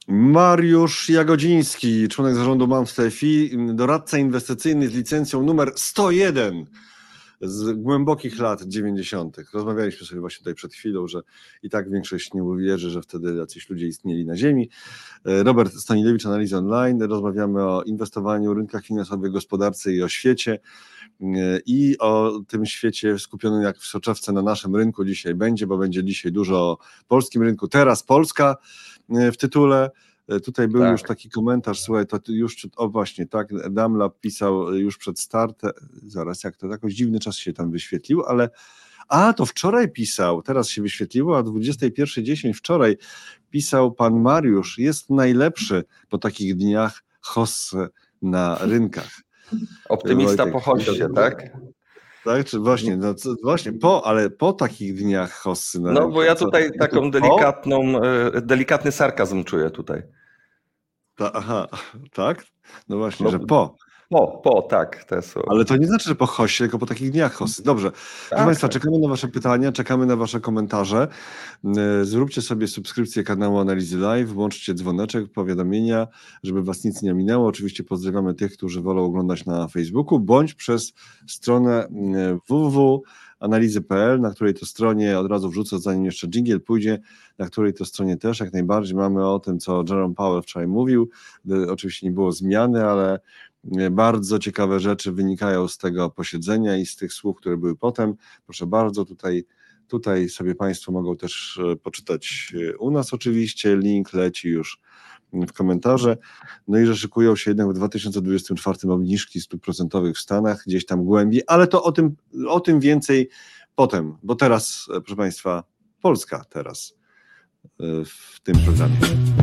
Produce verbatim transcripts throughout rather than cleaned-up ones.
Mariusz Jagodziński, członek zarządu Mount T F I, doradca inwestycyjny z licencją numer sto jeden z głębokich lat dziewięćdziesiątych. Rozmawialiśmy sobie właśnie tutaj przed chwilą, że i tak większość nie uwierzy, że wtedy jacyś ludzie istnieli na ziemi. Robert Stanilewicz, Analizy Online. Rozmawiamy o inwestowaniu, rynkach finansowych, gospodarce i o świecie. I o tym świecie skupionym jak w soczewce na naszym rynku dzisiaj będzie, bo będzie dzisiaj dużo o polskim rynku. Teraz Polska w tytule. Tutaj był tak. już taki komentarz, słuchaj, to już, o właśnie, tak, Damlab pisał już przed startem, zaraz, jak to, jakoś dziwny czas się tam wyświetlił, ale, a, to wczoraj pisał, teraz się wyświetliło, a dwudziesta pierwsza dziesięć wczoraj pisał pan Mariusz, jest najlepszy po takich dniach hossę na rynkach. Optymista Wojtek, po hossie, tak? Tak, czy właśnie, no, co, właśnie po, ale po takich dniach hossy na No rynkach, bo ja tutaj co, taką to delikatną, po? delikatny sarkazm czuję tutaj. Ta, aha, tak? No właśnie, no, że po. Po, po, tak. Te są. Ale to nie znaczy, że po hossie, tylko po takich dniach hossy. Dobrze. Tak, proszę Państwa, tak. czekamy na Wasze pytania, czekamy na Wasze komentarze. Zróbcie sobie subskrypcję kanału Analizy Live, włączcie dzwoneczek, powiadomienia, żeby Was nic nie minęło. Oczywiście pozdrawiamy tych, którzy wolą oglądać na Facebooku, bądź przez stronę w w w kropka analizy kropka p l, na której to stronie, od razu wrzucę, zanim jeszcze dżingiel pójdzie, na której to stronie też jak najbardziej mamy o tym, co Jerome Powell wczoraj mówił. Oczywiście nie było zmiany, ale bardzo ciekawe rzeczy wynikają z tego posiedzenia i z tych słów, które były potem. Proszę bardzo, tutaj, tutaj sobie Państwo mogą też poczytać u nas oczywiście, link leci już w komentarze. No i że szykują się jednak w dwa tysiące dwudziestym czwartym obniżki stóp procentowych w Stanach, gdzieś tam głębiej, ale to o tym, o tym więcej potem, bo teraz, proszę Państwa, Polska teraz w tym programie.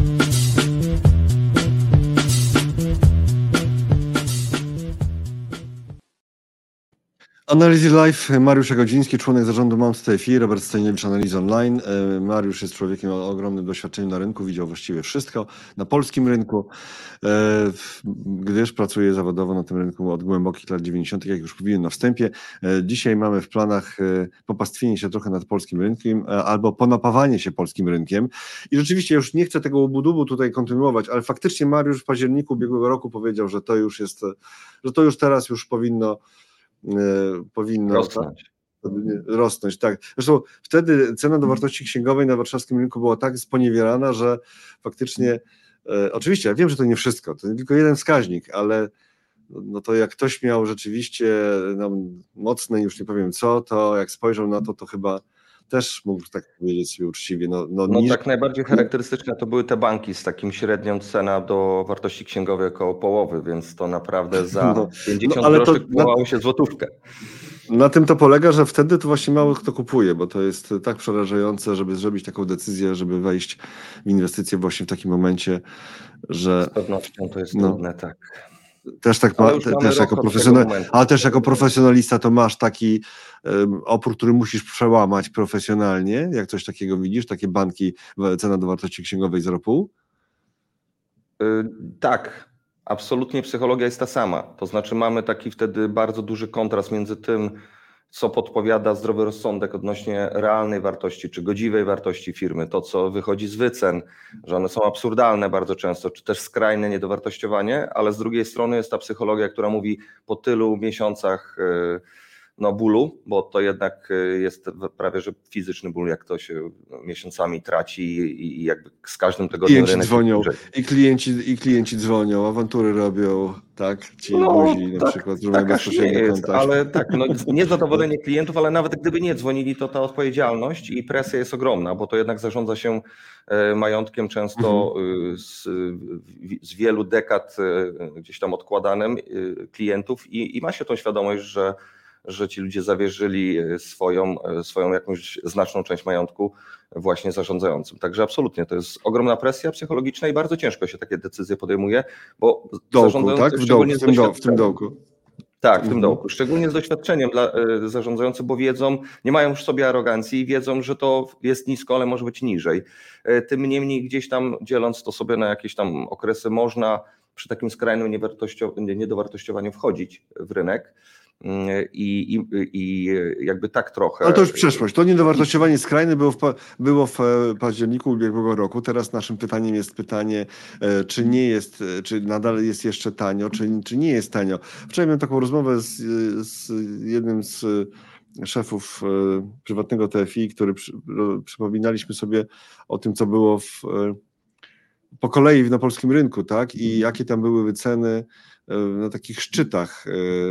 Analizy Live, Mariusz Jagodziński, członek zarządu Mount T F I, Robert Stanilewicz, Analizy Online. Mariusz jest człowiekiem o ogromnym doświadczeniu na rynku, widział właściwie wszystko na polskim rynku, gdyż pracuje zawodowo na tym rynku od głębokich lat dziewięćdziesiątych, jak już mówiłem na wstępie. Dzisiaj mamy w planach popastwienie się trochę nad polskim rynkiem albo ponapawanie się polskim rynkiem i rzeczywiście już nie chcę tego łubu-dubu tutaj kontynuować, ale faktycznie Mariusz w październiku ubiegłego roku powiedział, że to już jest, że to już teraz już powinno powinno rosnąć. Tak, rosnąć, tak. Zresztą wtedy cena do wartości księgowej na warszawskim rynku była tak sponiewierana, że faktycznie, e, oczywiście ja wiem, że to nie wszystko, to tylko jeden wskaźnik, ale no to jak ktoś miał rzeczywiście no, mocne, już nie powiem co, to jak spojrzał na to, to chyba też mógł tak powiedzieć sobie uczciwie. No, no, no niż... tak najbardziej charakterystyczne to były te banki z takim średnią cena do wartości księgowej około połowy, więc to naprawdę za no, pięćdziesiąt no, ale groszy to, kupowało się złotówkę. Na tym to polega, że wtedy to właśnie mało kto kupuje, bo to jest tak przerażające, żeby zrobić taką decyzję, żeby wejść w inwestycje właśnie w takim momencie, że... Z pewnością to jest no, trudne, tak. Też tak ma, te, też jako profesjonal, ale też jako profesjonalista to masz taki um, opór, który musisz przełamać profesjonalnie, jak coś takiego widzisz, takie banki, cena do wartości księgowej zero przecinek pięć? Yy, tak. Absolutnie psychologia jest ta sama. To znaczy mamy taki wtedy bardzo duży kontrast między tym, co podpowiada zdrowy rozsądek odnośnie realnej wartości czy godziwej wartości firmy, to co wychodzi z wycen, że one są absurdalne bardzo często, czy też skrajne niedowartościowanie, ale z drugiej strony jest ta psychologia, która mówi po tylu miesiącach no, bólu, bo to jednak jest prawie że fizyczny ból, jak to się miesiącami traci i jakby z każdym tygodniem rynek dzwonią i klienci, i klienci dzwonią, awantury robią, tak? Ci no, buzi na tak, przykład, że tak mają bezpośredni kontakt. Ale tak, no, niezadowolenie klientów, ale nawet gdyby nie dzwonili, to ta odpowiedzialność i presja jest ogromna, bo to jednak zarządza się majątkiem często mhm. z, z wielu dekad gdzieś tam odkładanym klientów i, i ma się tą świadomość, że że ci ludzie zawierzyli swoją, swoją jakąś znaczną część majątku właśnie zarządzającym. Także absolutnie to jest ogromna presja psychologiczna i bardzo ciężko się takie decyzje podejmuje, bo dołku, zarządzający tak? W, dołku, w, tym dołku, w tym dołku. Tak, w tym dołku. Szczególnie z doświadczeniem dla zarządzających, bo wiedzą, nie mają już w sobie arogancji i wiedzą, że to jest nisko, ale może być niżej. Tym niemniej gdzieś tam dzieląc to sobie na jakieś tam okresy można przy takim skrajnym niedowartościowaniu wchodzić w rynek. i, i, i jakby tak trochę. Ale to już przeszłość. To niedowartościowanie skrajne było w, było w październiku ubiegłego roku. Teraz naszym pytaniem jest pytanie, czy nie jest, czy nadal jest jeszcze tanio, czy, czy nie jest tanio. Wczoraj miałem taką rozmowę z, z jednym z szefów prywatnego T F I, który przy, przypominaliśmy sobie o tym, co było w, po kolei na polskim rynku, tak? I jakie tam były wyceny na takich szczytach,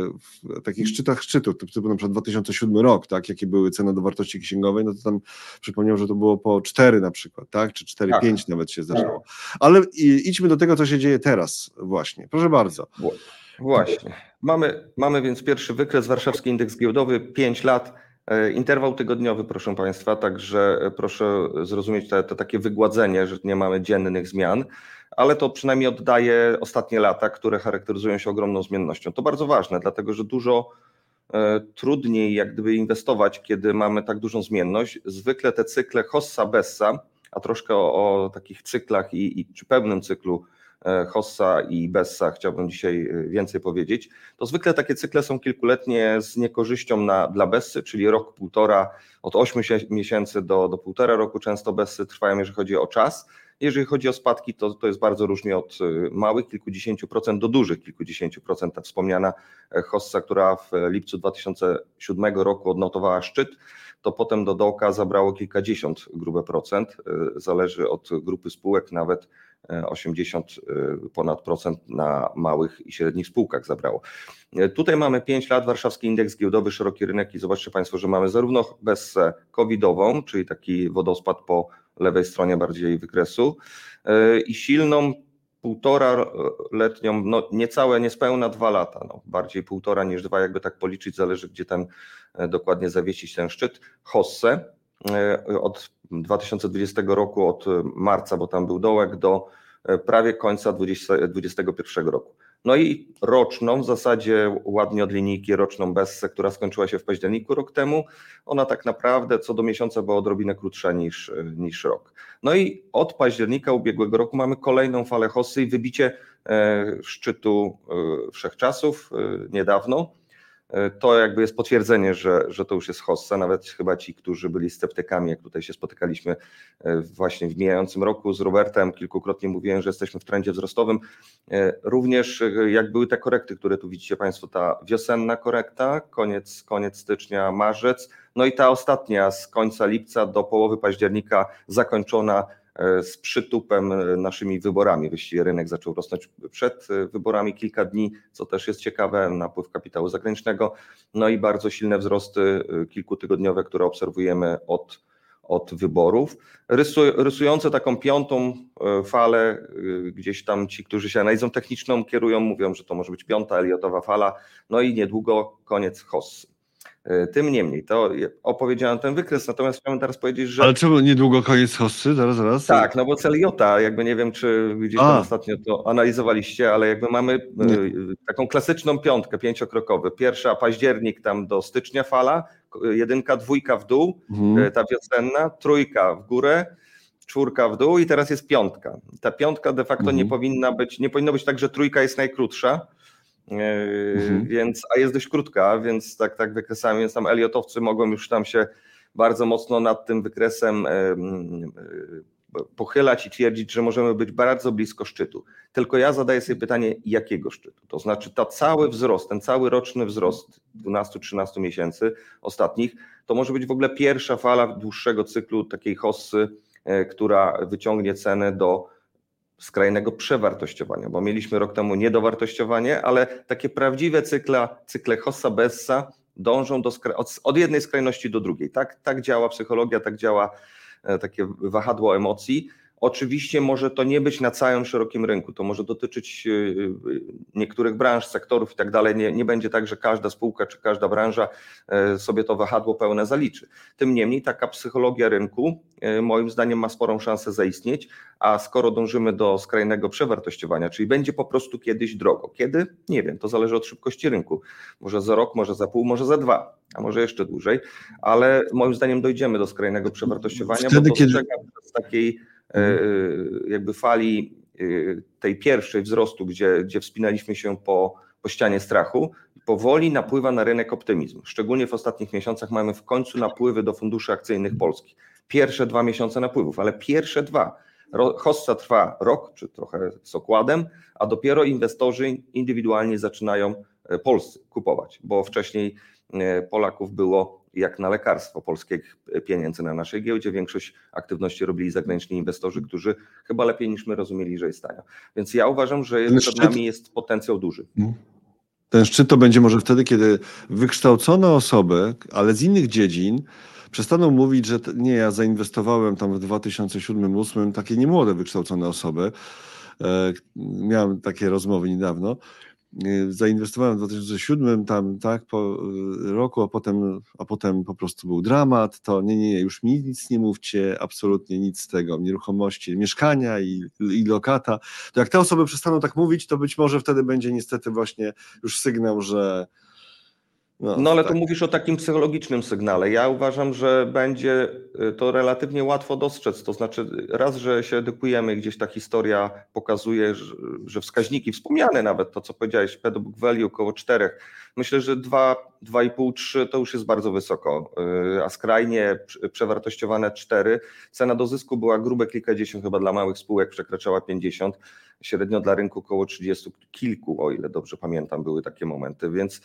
w takich szczytach szczytów, typu na przykład dwa tysiące siódmy rok, tak, jakie były ceny do wartości księgowej, no to tam przypomniał, że to było po cztery na przykład, tak, czy cztery pięć tak. Nawet się zdarzało. Ale idźmy do tego, co się dzieje teraz właśnie. Proszę bardzo. Właśnie. Mamy, mamy więc pierwszy wykres, warszawski indeks giełdowy, pięć lat, interwał tygodniowy, proszę Państwa, także proszę zrozumieć to, to takie wygładzenie, że nie mamy dziennych zmian, ale to przynajmniej oddaje ostatnie lata, które charakteryzują się ogromną zmiennością. To bardzo ważne, dlatego że dużo e, trudniej jak gdyby inwestować, kiedy mamy tak dużą zmienność. Zwykle te cykle Hossa-Bessa, a troszkę o, o takich cyklach i, i czy pełnym cyklu e, Hossa i Bessa chciałbym dzisiaj więcej powiedzieć, to zwykle takie cykle są kilkuletnie z niekorzyścią na, dla Bessy, czyli rok, półtora, od ośmiu miesięcy do, do półtora roku często Bessy trwają, jeżeli chodzi o czas. Jeżeli chodzi o spadki, to, to jest bardzo różnie od małych, kilkudziesięciu procent do dużych kilkudziesięciu procent. Ta wspomniana Hossa, która w lipcu dwa tysiące siódmego roku odnotowała szczyt, to potem do dołka zabrało kilkadziesiąt grube procent. Zależy od grupy spółek, nawet osiemdziesiąt ponad procent na małych i średnich spółkach zabrało. Tutaj mamy pięć lat, warszawski indeks giełdowy, szeroki rynek i zobaczcie Państwo, że mamy zarówno Bessę covidową, czyli taki wodospad po lewej stronie bardziej wykresu i silną półtora letnią, no niecałe, niespełna dwa lata, no bardziej półtora niż dwa, jakby tak policzyć, zależy gdzie ten dokładnie zawiesić ten szczyt, Hossę od dwa tysiące dwudziestego roku, od marca, bo tam był dołek, do prawie końca dwudziestego pierwszego roku. No i roczną, w zasadzie ładnie od linijki roczną Bessę, która skończyła się w październiku rok temu, ona tak naprawdę co do miesiąca była odrobinę krótsza niż, niż rok. No i od października ubiegłego roku mamy kolejną falę Hossy i wybicie e, szczytu e, wszechczasów e, niedawno. To jakby jest potwierdzenie, że, że to już jest Hossa, nawet chyba ci, którzy byli sceptykami, jak tutaj się spotykaliśmy właśnie w mijającym roku z Robertem, kilkukrotnie mówiłem, że jesteśmy w trendzie wzrostowym. Również jak były te korekty, które tu widzicie Państwo, ta wiosenna korekta, koniec, koniec stycznia, marzec, no i ta ostatnia z końca lipca do połowy października zakończona z przytupem naszymi wyborami. Właściwie rynek zaczął rosnąć przed wyborami kilka dni, co też jest ciekawe, napływ kapitału zagranicznego, no i bardzo silne wzrosty kilkutygodniowe, które obserwujemy od, od wyborów, Rysuj, rysujące taką piątą falę, gdzieś tam ci, którzy się analizą techniczną kierują, mówią, że to może być piąta Elliotowa fala, no i niedługo koniec Hossy. Tym niemniej, to opowiedziałem ten wykres, natomiast chciałem teraz powiedzieć, że... Ale czemu niedługo koniec Hossy? Zaraz, zaraz. Tak, no bo z Elliota, jakby nie wiem, czy gdzieś tam ostatnio to analizowaliście, ale jakby mamy nie. taką klasyczną piątkę, pięciokrokowy. Pierwsza październik tam do stycznia fala, jedynka, dwójka w dół, mhm. ta wiosenna, trójka w górę, czwórka w dół i teraz jest piątka. Ta piątka de facto mhm. nie powinna być, nie powinno być tak, że trójka jest najkrótsza, Mhm. Więc, a jest dość krótka, więc tak, tak wykresami, więc tam Elliotowcy mogą już tam się bardzo mocno nad tym wykresem pochylać i twierdzić, że możemy być bardzo blisko szczytu. Tylko ja zadaję sobie pytanie, jakiego szczytu? To znaczy ta cały wzrost, ten cały roczny wzrost dwunastu trzynastu miesięcy ostatnich, to może być w ogóle pierwsza fala dłuższego cyklu takiej Hossy, która wyciągnie cenę do skrajnego przewartościowania, bo mieliśmy rok temu niedowartościowanie, ale takie prawdziwe cykle, cykle Hossa-Bessa dążą do skra- od, od jednej skrajności do drugiej. Tak, tak działa psychologia, tak działa e, takie wahadło emocji. Oczywiście może to nie być na całym szerokim rynku, to może dotyczyć niektórych branż, sektorów i tak dalej. Nie, nie będzie tak, że każda spółka czy każda branża sobie to wahadło pełne zaliczy. Tym niemniej taka psychologia rynku moim zdaniem ma sporą szansę zaistnieć, a skoro dążymy do skrajnego przewartościowania, czyli będzie po prostu kiedyś drogo. Kiedy? Nie wiem, to zależy od szybkości rynku. Może za rok, może za pół, może za dwa, a może jeszcze dłużej, ale moim zdaniem dojdziemy do skrajnego przewartościowania, Wtedy, bo dostrzegam kiedy... z takiej jakby fali tej pierwszej wzrostu, gdzie, gdzie wspinaliśmy się po po ścianie strachu, powoli napływa na rynek optymizm. Szczególnie w ostatnich miesiącach mamy w końcu napływy do funduszy akcyjnych Polski. Pierwsze dwa miesiące napływów, ale pierwsze dwa. Hossa trwa rok, czy trochę z okładem, a dopiero inwestorzy indywidualnie zaczynają polscy kupować, bo wcześniej Polaków było jak na lekarstwo polskich pieniędzy na naszej giełdzie. Większość aktywności robili zagraniczni inwestorzy, którzy chyba lepiej niż my rozumieli, że jest tanio. Więc ja uważam, że przed szczyt... nami jest potencjał duży. Ten szczyt to będzie może wtedy, kiedy wykształcone osoby, ale z innych dziedzin, przestaną mówić, że nie, ja zainwestowałem tam w dwa tysiące siódmym dwa tysiące ósmym, takie niemłode wykształcone osoby. Miałem takie rozmowy niedawno. Zainwestowałem w dwa tysiące siódmym tam, tak, po roku, a potem, a potem po prostu był dramat, to nie, nie, już mi nic nie mówcie, absolutnie nic z tego, nieruchomości, mieszkania i, i lokata. To jak te osoby przestaną tak mówić, to być może wtedy będzie niestety właśnie już sygnał, że No, no ale tak. tu mówisz o takim psychologicznym sygnale. Ja uważam, że będzie to relatywnie łatwo dostrzec. To znaczy raz, że się edukujemy, gdzieś ta historia pokazuje, że, że wskaźniki wspomniane nawet, to co powiedziałeś, P do book value około czterech. Myślę, że dwa, dwa i pół, trzy to już jest bardzo wysoko, a skrajnie przewartościowane cztery. Cena do zysku była grube kilkadziesiąt, chyba dla małych spółek przekraczała pięćdziesiąt, średnio dla rynku około trzydziestu kilku, o ile dobrze pamiętam, były takie momenty, więc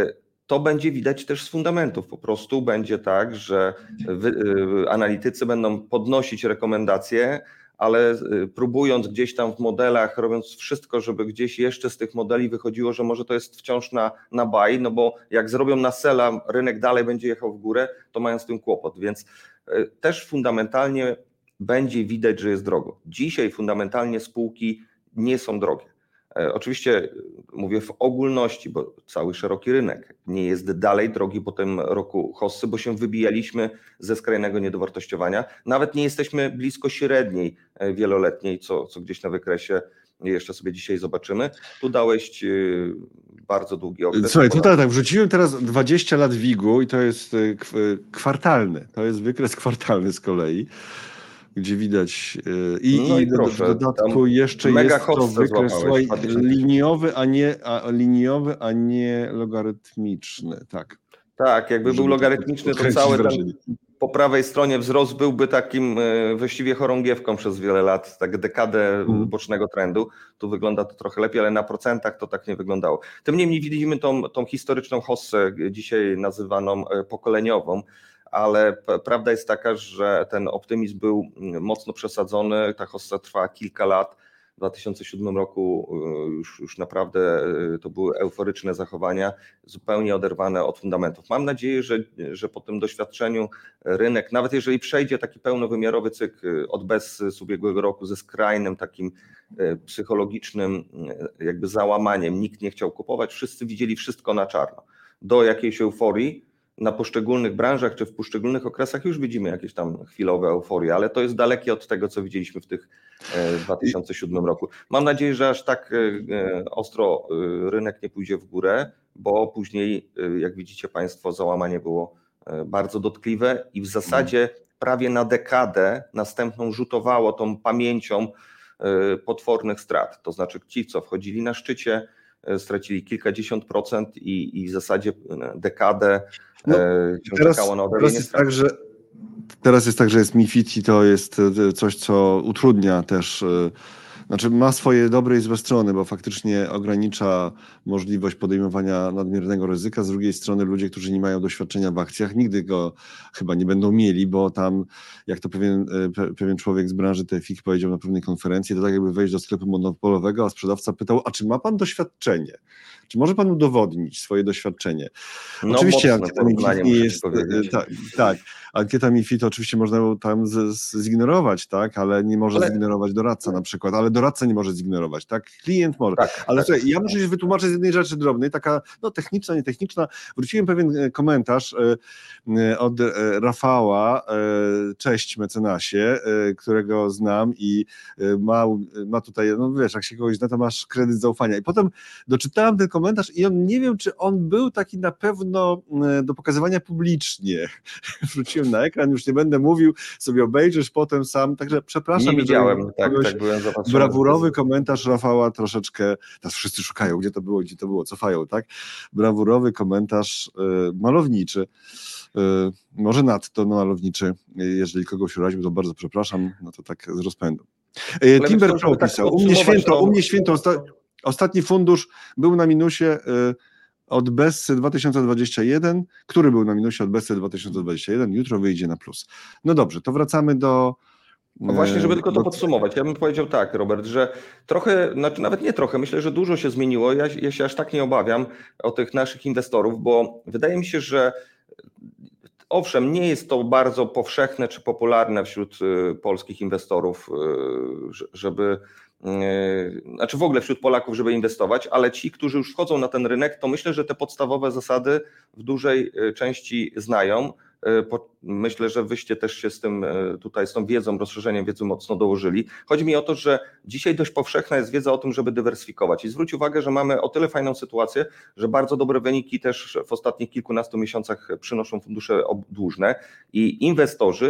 to będzie widać też z fundamentów. Po prostu będzie tak, że wy, y, analitycy będą podnosić rekomendacje, ale y, próbując gdzieś tam w modelach, robiąc wszystko, żeby gdzieś jeszcze z tych modeli wychodziło, że może to jest wciąż na, na buy, no bo jak zrobią na sell, a rynek dalej będzie jechał w górę, to mają z tym kłopot. Więc y, też fundamentalnie będzie widać, że jest drogo. Dzisiaj fundamentalnie spółki nie są drogie. Oczywiście mówię w ogólności, bo cały szeroki rynek nie jest dalej drogi po tym roku hossy, bo się wybijaliśmy ze skrajnego niedowartościowania. Nawet nie jesteśmy blisko średniej wieloletniej, co, co gdzieś na wykresie jeszcze sobie dzisiaj zobaczymy. Tu dałeś bardzo długi okres. Słuchaj, tutaj tak, wrzuciłem teraz dwadzieścia lat WIG-u i to jest kwartalny, to jest wykres kwartalny z kolei, gdzie widać i, no i, i proszę, w dodatku jeszcze jest to wykres słuchaj, liniowy, a nie a, liniowy, a nie logarytmiczny, tak. Tak, jakby był logarytmiczny, to cały ten, po prawej stronie wzrost byłby takim właściwie chorągiewką przez wiele lat, tak dekadę hmm. bocznego trendu. Tu wygląda to trochę lepiej, ale na procentach to tak nie wyglądało. Tym niemniej widzimy tą, tą historyczną hossę, dzisiaj nazywaną pokoleniową, ale prawda jest taka, że ten optymizm był mocno przesadzony, ta hossa trwała kilka lat. W dwa tysiące siódmym roku już, już naprawdę to były euforyczne zachowania, zupełnie oderwane od fundamentów. Mam nadzieję, że, że po tym doświadczeniu rynek, nawet jeżeli przejdzie taki pełnowymiarowy cykl od bez z ubiegłego roku ze skrajnym takim psychologicznym jakby załamaniem, nikt nie chciał kupować, wszyscy widzieli wszystko na czarno. Do jakiejś euforii na poszczególnych branżach czy w poszczególnych okresach już widzimy jakieś tam chwilowe euforie, ale to jest dalekie od tego, co widzieliśmy w tych dwa tysiące siódmym roku. Mam nadzieję, że aż tak ostro rynek nie pójdzie w górę, bo później, jak widzicie Państwo, załamanie było bardzo dotkliwe i w zasadzie prawie na dekadę następną rzutowało tą pamięcią potwornych strat. To znaczy ci, co wchodzili na szczycie, stracili kilkadziesiąt procent i, i w zasadzie dekadę no, teraz, czekało na teraz jest tak, że Teraz jest tak, że jest MiFID i to jest coś, co utrudnia też, znaczy ma swoje dobre i złe strony, bo faktycznie ogranicza możliwość podejmowania nadmiernego ryzyka. Z drugiej strony ludzie, którzy nie mają doświadczenia w akcjach, nigdy go chyba nie będą mieli, bo tam, jak to pewien, pewien człowiek z branży T F I K powiedział na pewnej konferencji, to tak jakby wejść do sklepu monopolowego, a sprzedawca pytał, a czy ma pan doświadczenie? Czy może pan udowodnić swoje doświadczenie? No, oczywiście ankieta MiFID nie jest, tak, tak, ankieta MiFID oczywiście można ją tam z, z, zignorować, tak, ale nie może ale... zignorować doradca na przykład, ale doradca nie może zignorować, tak, klient może. Tak, ale tak, słuchaj, ja tak. muszę się wytłumaczyć z jednej rzeczy drobnej, taka no, techniczna, nietechniczna. Wróciłem pewien komentarz od Rafała, cześć mecenasie, którego znam i ma, ma tutaj, no wiesz, jak się kogoś zna, to masz kredyt zaufania. I potem doczytałem ten komentarz i on nie wiem, czy on był taki na pewno do pokazywania publicznie. Wrzuciłem na ekran, już nie będę mówił, sobie obejrzysz potem sam, także przepraszam. Nie widziałem, tak, tak byłem zapatrzony. Brawurowy komentarz Rafała troszeczkę, teraz wszyscy szukają, gdzie to było, gdzie to było, cofają, tak? Brawurowy komentarz y, malowniczy. Może nadto no, malowniczy, jeżeli kogoś uraził, to bardzo przepraszam, no to tak z rozpędu. Ale Timber Pro tak pisał, u mnie święto, to... u mnie święto, osta ostatni fundusz był na minusie od Bessy dwa tysiące dwadzieścia jeden, który był na minusie od Bessy dwa tysiące dwadzieścia jeden, jutro wyjdzie na plus. No dobrze, to wracamy do... No właśnie, żeby tylko to podsumować, ja bym powiedział tak, Robert, że trochę, znaczy nawet nie trochę, myślę, że dużo się zmieniło, ja, ja się aż tak nie obawiam o tych naszych inwestorów, bo wydaje mi się, że owszem, nie jest to bardzo powszechne czy popularne wśród polskich inwestorów, żeby, znaczy w ogóle wśród Polaków, żeby inwestować, ale ci, którzy już wchodzą na ten rynek, to myślę, że te podstawowe zasady w dużej części znają. Myślę, że wyście też się z tym tutaj, z tą wiedzą, rozszerzeniem wiedzy mocno dołożyli. Chodzi mi o to, że dzisiaj dość powszechna jest wiedza o tym, żeby dywersyfikować i zwróć uwagę, że mamy o tyle fajną sytuację, że bardzo dobre wyniki też w ostatnich kilkunastu miesiącach przynoszą fundusze dłużne i inwestorzy,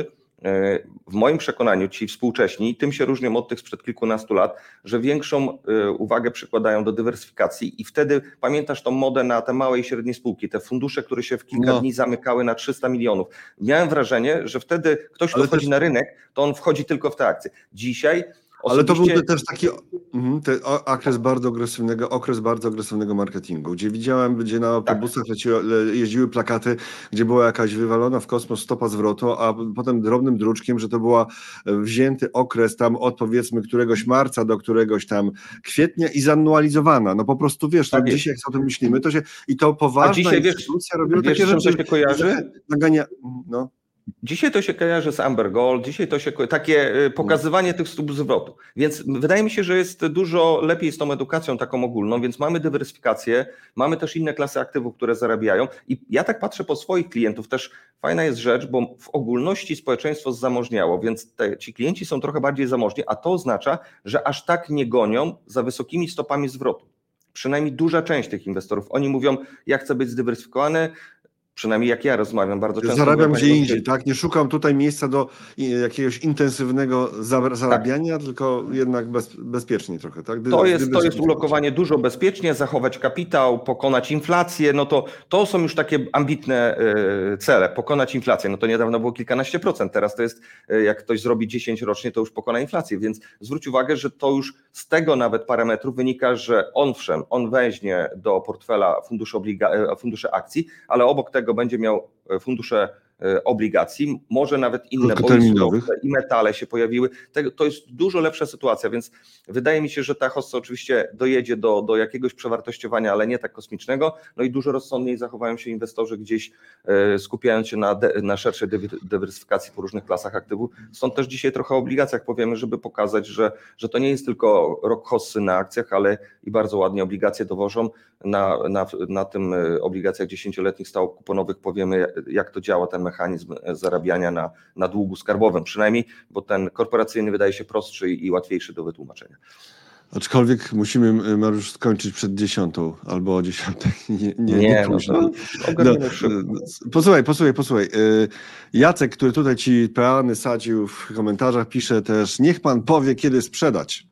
w moim przekonaniu ci współcześni, tym się różnią od tych sprzed kilkunastu lat, że większą uwagę przykładają do dywersyfikacji i wtedy pamiętasz tą modę na te małe i średnie spółki, te fundusze, które się w kilka no. dni zamykały na trzysta milionów. Miałem wrażenie, że wtedy ktoś, kto Ale wchodzi też... na rynek, to on wchodzi tylko w te akcje. Dzisiaj Ale to był też taki ten okres bardzo agresywnego, okres bardzo agresywnego marketingu, gdzie widziałem, gdzie na autobusach tak. leciły, jeździły plakaty, gdzie była jakaś wywalona w kosmos stopa zwrotu, a potem drobnym druczkiem, że to była wzięty okres tam od powiedzmy któregoś marca do któregoś tam kwietnia i zanualizowana. No po prostu wiesz, tak no, dzisiaj jak o tym myślimy, to się i to poważna dzisiaj, instytucja wiesz, robiła wiesz, takie rzeczy. To się kojarzy? Nagania, no. Dzisiaj to się kojarzy z Amber Gold, dzisiaj to się takie pokazywanie tych stóp zwrotu. Więc wydaje mi się, że jest dużo lepiej z tą edukacją taką ogólną, więc mamy dywersyfikację, mamy też inne klasy aktywów, które zarabiają i ja tak patrzę po swoich klientów, też fajna jest rzecz, bo w ogólności społeczeństwo zamożniało, więc te, ci klienci są trochę bardziej zamożni, a to oznacza, że aż tak nie gonią za wysokimi stopami zwrotu. Przynajmniej duża część tych inwestorów, oni mówią, ja chcę być zdywersyfikowany, przynajmniej jak ja rozmawiam bardzo często. Zarabiam gdzie indziej, tak? Nie szukam tutaj miejsca do jakiegoś intensywnego zarabiania, tak. tylko jednak bez, bezpiecznie trochę, tak? To jest, to jest ulokowanie dużo bezpiecznie, zachować kapitał, pokonać inflację, no to, to są już takie ambitne cele, pokonać inflację, no to niedawno było kilkanaście procent, teraz to jest, jak ktoś zrobi dziesięć rocznie, to już pokona inflację, więc zwróć uwagę, że to już z tego nawet parametru wynika, że owszem, on weźmie do portfela fundusze, obliga- fundusze akcji, ale obok tego będzie miał fundusze obligacji, może nawet inne, bo i metale się pojawiły. To jest dużo lepsza sytuacja, więc wydaje mi się, że ta hossa oczywiście dojedzie do, do jakiegoś przewartościowania, ale nie tak kosmicznego, no i dużo rozsądniej zachowają się inwestorzy gdzieś skupiając się na, de, na szerszej dywersyfikacji po różnych klasach aktywów. Stąd też dzisiaj trochę o obligacjach powiemy, żeby pokazać, że, że to nie jest tylko rok hossy na akcjach, ale i bardzo ładnie obligacje dowożą. Na, na, na tym obligacjach dziesięcioletnich stałych kuponowych powiemy, jak to działa ten mechanizm zarabiania na, na długu skarbowym przynajmniej, bo ten korporacyjny wydaje się prostszy i łatwiejszy do wytłumaczenia. Aczkolwiek musimy, Mariusz, skończyć przed dziesiątą albo o dziesiątej. Nie, nie, nie, nie no, no, no, posłuchaj, posłuchaj, posłuchaj. Jacek, który tutaj ci peany sadził w komentarzach, pisze też, niech pan powie, kiedy sprzedać.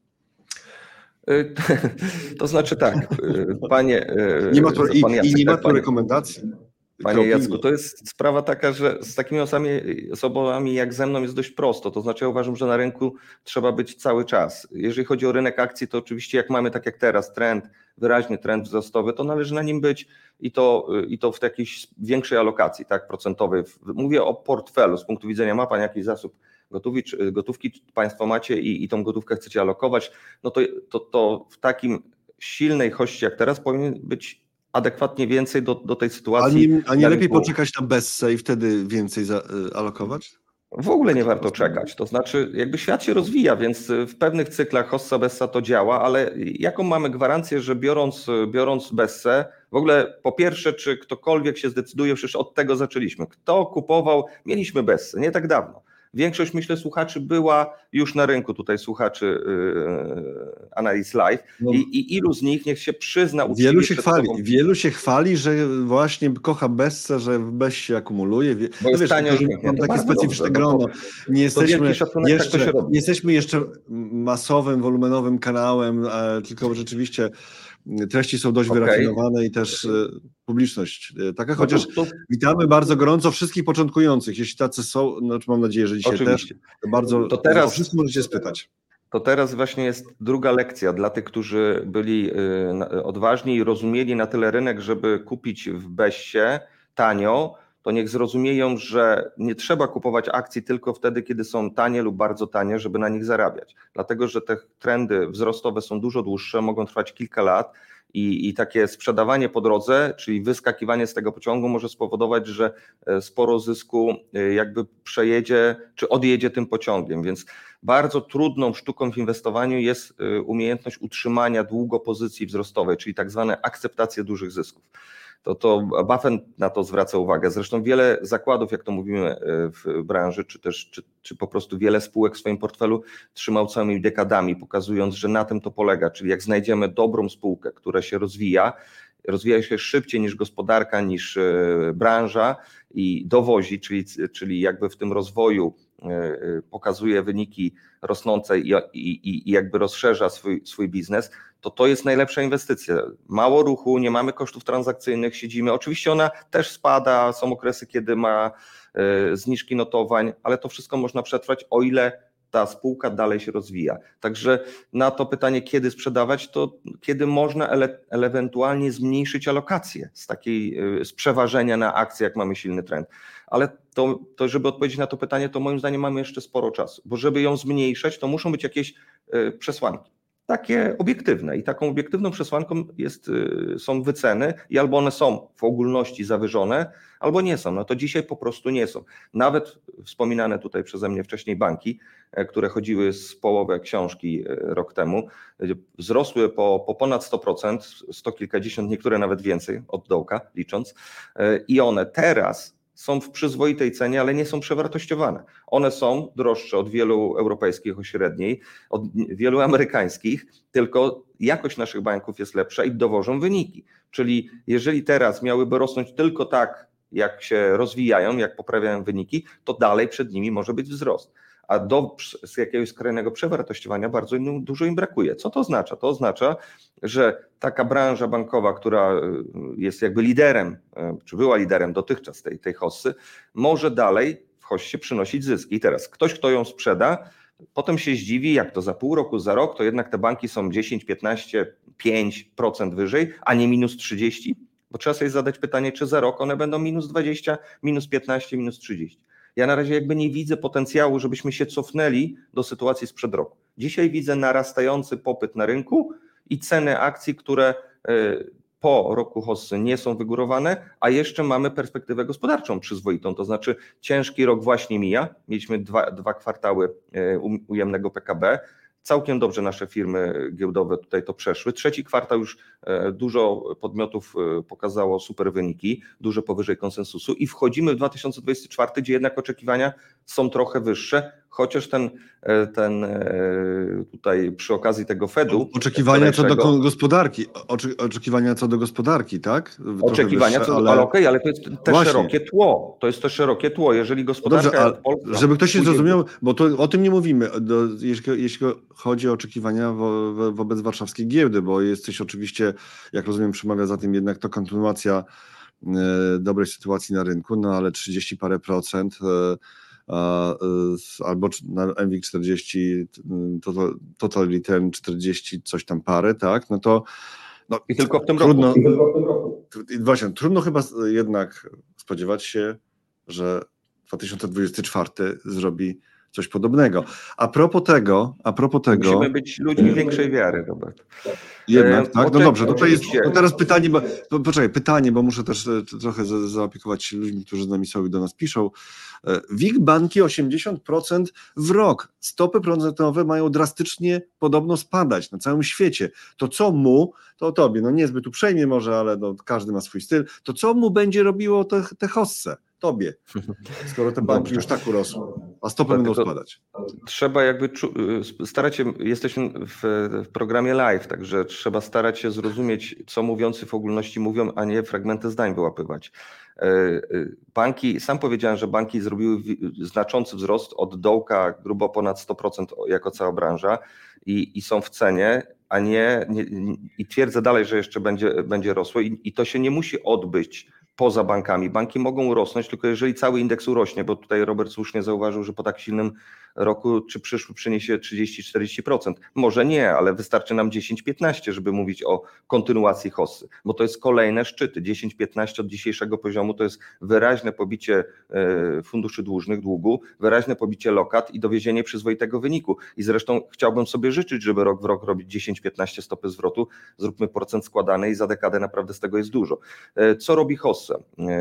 To znaczy tak, panie... Nie ma tu, i, Jacek, i nie ma tu rekomendacji? Panie Jacku, to jest sprawa taka, że z takimi osobami, osobami jak ze mną jest dość prosto, to znaczy ja uważam, że na rynku trzeba być cały czas. Jeżeli chodzi o rynek akcji, to oczywiście jak mamy tak jak teraz trend, wyraźny trend wzrostowy, to należy na nim być i to, i to w jakiejś większej alokacji, tak, procentowej. Mówię o portfelu, z punktu widzenia ma pan jakiś zasób Gotowi, gotówki państwo macie i, i tą gotówkę chcecie alokować, no to, to, to w takim silnej hości jak teraz powinien być adekwatnie więcej do, do tej sytuacji. A nie, a nie lepiej poczekać na Bessę i wtedy więcej za, y, alokować? W ogóle nie warto czekać, to znaczy jakby świat się rozwija, więc w pewnych cyklach hossa Bessa to działa, ale jaką mamy gwarancję, że biorąc, biorąc Bessę, w ogóle po pierwsze, czy ktokolwiek się zdecyduje, przecież od tego zaczęliśmy, kto kupował, mieliśmy Bessę, nie tak dawno. większość, myślę, słuchaczy była już na rynku tutaj słuchaczy yy, Analiz Live No, I, i ilu z nich niech się przyzna uczciwie wielu się przed chwali, sobą. wielu się chwali, że właśnie kocha Bessę, że w Bessie akumuluje. Wie- Bo no jest wiesz, tanio to, i że pięknie, mam to takie bardzo specyficzne dobrze, no to- grono. Nie jesteśmy wielki szacunek, tak to jeszcze, się robi. nie jesteśmy jeszcze masowym, wolumenowym kanałem, e, tylko rzeczywiście treści są dość Okej. wyrafinowane i też e, publiczność e, taka, No chociaż to, to, witamy bardzo gorąco wszystkich początkujących, jeśli tacy są, znaczy mam nadzieję, że dzisiaj Oczywiście. też, to bardzo To teraz- o wszystko możecie spytać. To teraz właśnie jest druga lekcja dla tych, którzy byli y, odważni i rozumieli na tyle rynek, żeby kupić w Bessie tanio, to niech zrozumieją, że nie trzeba kupować akcji tylko wtedy, kiedy są tanie lub bardzo tanie, żeby na nich zarabiać. Dlatego, że te trendy wzrostowe są dużo dłuższe, mogą trwać kilka lat i, i takie sprzedawanie po drodze, czyli wyskakiwanie z tego pociągu może spowodować, że sporo zysku jakby przejedzie czy odjedzie tym pociągiem, więc bardzo trudną sztuką w inwestowaniu jest umiejętność utrzymania długo pozycji wzrostowej, czyli tak zwane akceptacje dużych zysków. To, to Buffett na to zwraca uwagę. Zresztą wiele zakładów, jak to mówimy w branży, czy też czy, czy po prostu wiele spółek w swoim portfelu trzymał całymi dekadami, pokazując, że na tym to polega. Czyli jak znajdziemy dobrą spółkę, która się rozwija, rozwija się szybciej niż gospodarka, niż branża i dowozi, czyli, czyli jakby w tym rozwoju pokazuje wyniki rosnące i, i, i jakby rozszerza swój, swój biznes, to to jest najlepsza inwestycja. Mało ruchu, nie mamy kosztów transakcyjnych, siedzimy. Oczywiście ona też spada, są okresy, kiedy ma zniżki notowań, ale to wszystko można przetrwać, o ile ta spółka dalej się rozwija. Także na to pytanie, kiedy sprzedawać, to kiedy można ele, ewentualnie zmniejszyć alokację z takiej, z przeważenia na akcje, jak mamy silny trend. Ale to, to żeby odpowiedzieć na to pytanie, to moim zdaniem mamy jeszcze sporo czasu, bo żeby ją zmniejszać, to muszą być jakieś przesłanki. Takie obiektywne i taką obiektywną przesłanką jest, są wyceny i albo one są w ogólności zawyżone, albo nie są. No to dzisiaj po prostu nie są. Nawet wspominane tutaj przeze mnie wcześniej banki, które chodziły z połowy książki rok temu, wzrosły po, po ponad sto procent, sto kilkadziesiąt, niektóre nawet więcej od dołka licząc i one teraz są w przyzwoitej cenie, ale nie są przewartościowane. One są droższe od wielu europejskich o średniej, od wielu amerykańskich, tylko jakość naszych banków jest lepsza i dowożą wyniki. Czyli jeżeli teraz miałyby rosnąć tylko tak, jak się rozwijają, jak poprawiają wyniki, to dalej przed nimi może być wzrost. A do z jakiegoś skrajnego przewartościowania bardzo im, dużo im brakuje. Co to oznacza? To oznacza, że taka branża bankowa, która jest jakby liderem, czy była liderem dotychczas tej, tej hossy, może dalej w hossie przynosić zyski. I teraz ktoś, kto ją sprzeda, potem się zdziwi, jak to za pół roku, za rok, to jednak te banki są dziesięć, piętnaście, pięć procent wyżej, a nie minus trzydzieści, bo trzeba sobie zadać pytanie, czy za rok one będą minus dwadzieścia, minus piętnaście, minus trzydzieści. Ja na razie jakby nie widzę potencjału, żebyśmy się cofnęli do sytuacji sprzed roku. Dzisiaj widzę narastający popyt na rynku i ceny akcji, które po roku hossy nie są wygórowane, a jeszcze mamy perspektywę gospodarczą przyzwoitą, to znaczy ciężki rok właśnie mija, mieliśmy dwa, dwa kwartały ujemnego P K B, całkiem dobrze nasze firmy giełdowe tutaj to przeszły. Trzeci kwartał już dużo podmiotów pokazało super wyniki, dużo powyżej konsensusu i wchodzimy w dwa tysiące dwudziesty czwarty, gdzie jednak oczekiwania są trochę wyższe, chociaż ten, ten tutaj przy okazji tego Fedu... Oczekiwania co do gospodarki, oczekiwania co do gospodarki, tak? Trochę oczekiwania wyższe, co do, ale... ale okej, ale to jest te Właśnie. szerokie tło, to jest to szerokie tło, jeżeli gospodarka... Dobrze, ale Polska, żeby ktoś się pójdzie... zrozumiał, bo to, o tym nie mówimy, do, jeśli, jeśli chodzi o oczekiwania wo, wo, wobec warszawskiej giełdy, bo jesteś oczywiście, jak rozumiem, przemawia za tym jednak to kontynuacja e, dobrej sytuacji na rynku, no ale trzydzieści parę procent e, e, albo na M W I G czterdzieści, total, total return czterdzieści, coś tam parę, tak, no to no, I tylko w tym trudno, roku. I tylko w tym roku. Właśnie, trudno chyba jednak spodziewać się, że dwa tysiące dwudziesty czwarty zrobi coś podobnego. A propos tego, a propos tego... Musimy być ludźmi większej wiary, Robert. Jednak, tak? No dobrze, to, to jest oczywiście. to teraz pytanie, bo, to, poczekaj, pytanie, bo muszę też trochę za, zaopiekować się ludźmi, którzy z nami są i do nas piszą. W I G banki osiemdziesiąt procent w rok. Stopy procentowe mają drastycznie podobno spadać na całym świecie. To co mu, to tobie, no niezbyt uprzejmie może, ale no, każdy ma swój styl, to co mu będzie robiło te, te hosse? Tobie, skoro te banki już tak urosły, a stopy Dlatego będą spadać. Trzeba jakby starać się, jesteśmy w, w programie live, także trzeba starać się zrozumieć, co mówiący w ogólności mówią, a nie fragmenty zdań wyłapywać. Banki, sam powiedziałem, że banki zrobiły znaczący wzrost od dołka grubo ponad sto procent jako cała branża i, i są w cenie, a nie, nie i twierdzę dalej, że jeszcze będzie, będzie rosło i, i to się nie musi odbyć poza bankami. Banki mogą rosnąć, tylko jeżeli cały indeks urośnie, bo tutaj Robert słusznie zauważył, że po tak silnym roku czy przyszły przyniesie trzydzieści do czterdziestu procent. Może nie, ale wystarczy nam dziesięć do piętnastu, żeby mówić o kontynuacji hossy, bo to jest kolejne szczyty. dziesięć do piętnastu od dzisiejszego poziomu to jest wyraźne pobicie funduszy dłużnych, długu, wyraźne pobicie lokat i dowiezienie przyzwoitego wyniku. I zresztą chciałbym sobie życzyć, żeby rok w rok robić dziesięć do piętnastu stopy zwrotu. Zróbmy procent składany i za dekadę naprawdę z tego jest dużo. Co robi hossa,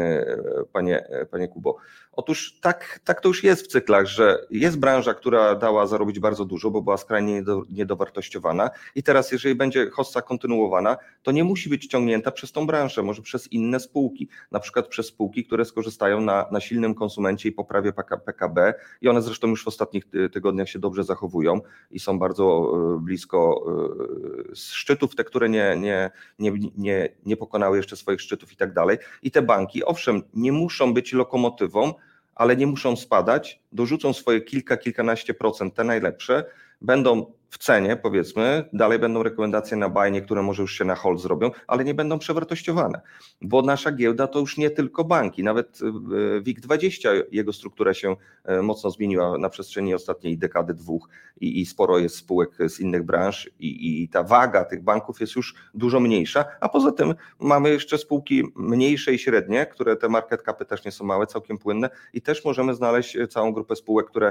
panie, panie Kubo? Otóż tak, tak to już jest w cyklach, że jest branża, która dała zarobić bardzo dużo, bo była skrajnie niedowartościowana i teraz jeżeli będzie hossa kontynuowana, to nie musi być ciągnięta przez tą branżę, może przez inne spółki, na przykład przez spółki, które skorzystają na, na silnym konsumencie i poprawie P K B i one zresztą już w ostatnich tygodniach się dobrze zachowują i są bardzo blisko szczytów, te, które nie, nie, nie, nie, nie pokonały jeszcze swoich szczytów i tak dalej. I te banki, owszem, nie muszą być lokomotywą, ale nie muszą spadać, dorzucą swoje kilka, kilkanaście procent, te najlepsze, będą w cenie, powiedzmy, dalej będą rekomendacje na buy, niektóre może już się na hold zrobią, ale nie będą przewartościowane, bo nasza giełda to już nie tylko banki, nawet W I G dwadzieścia, jego struktura się mocno zmieniła na przestrzeni ostatniej dekady, dwóch i, i sporo jest spółek z innych branż i, i ta waga tych banków jest już dużo mniejsza, a poza tym mamy jeszcze spółki mniejsze i średnie, które te market capy też nie są małe, całkiem płynne i też możemy znaleźć całą grupę spółek, które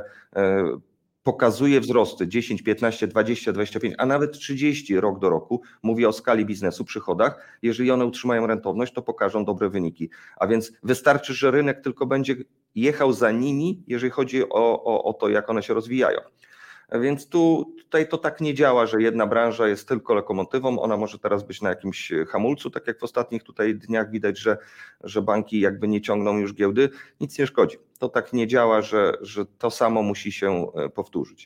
pokazuje wzrosty dziesięć, piętnaście, dwadzieścia, dwadzieścia pięć, a nawet trzydzieści rok do roku. Mówię o skali biznesu, przychodach. Jeżeli one utrzymają rentowność, to pokażą dobre wyniki. A więc wystarczy, że rynek tylko będzie jechał za nimi, jeżeli chodzi o, o, o to, jak one się rozwijają. Więc tu, tutaj to tak nie działa, że jedna branża jest tylko lokomotywą, ona może teraz być na jakimś hamulcu, tak jak w ostatnich tutaj dniach widać, że, że banki jakby nie ciągną już giełdy, nic nie szkodzi. To tak nie działa, że, że to samo musi się powtórzyć.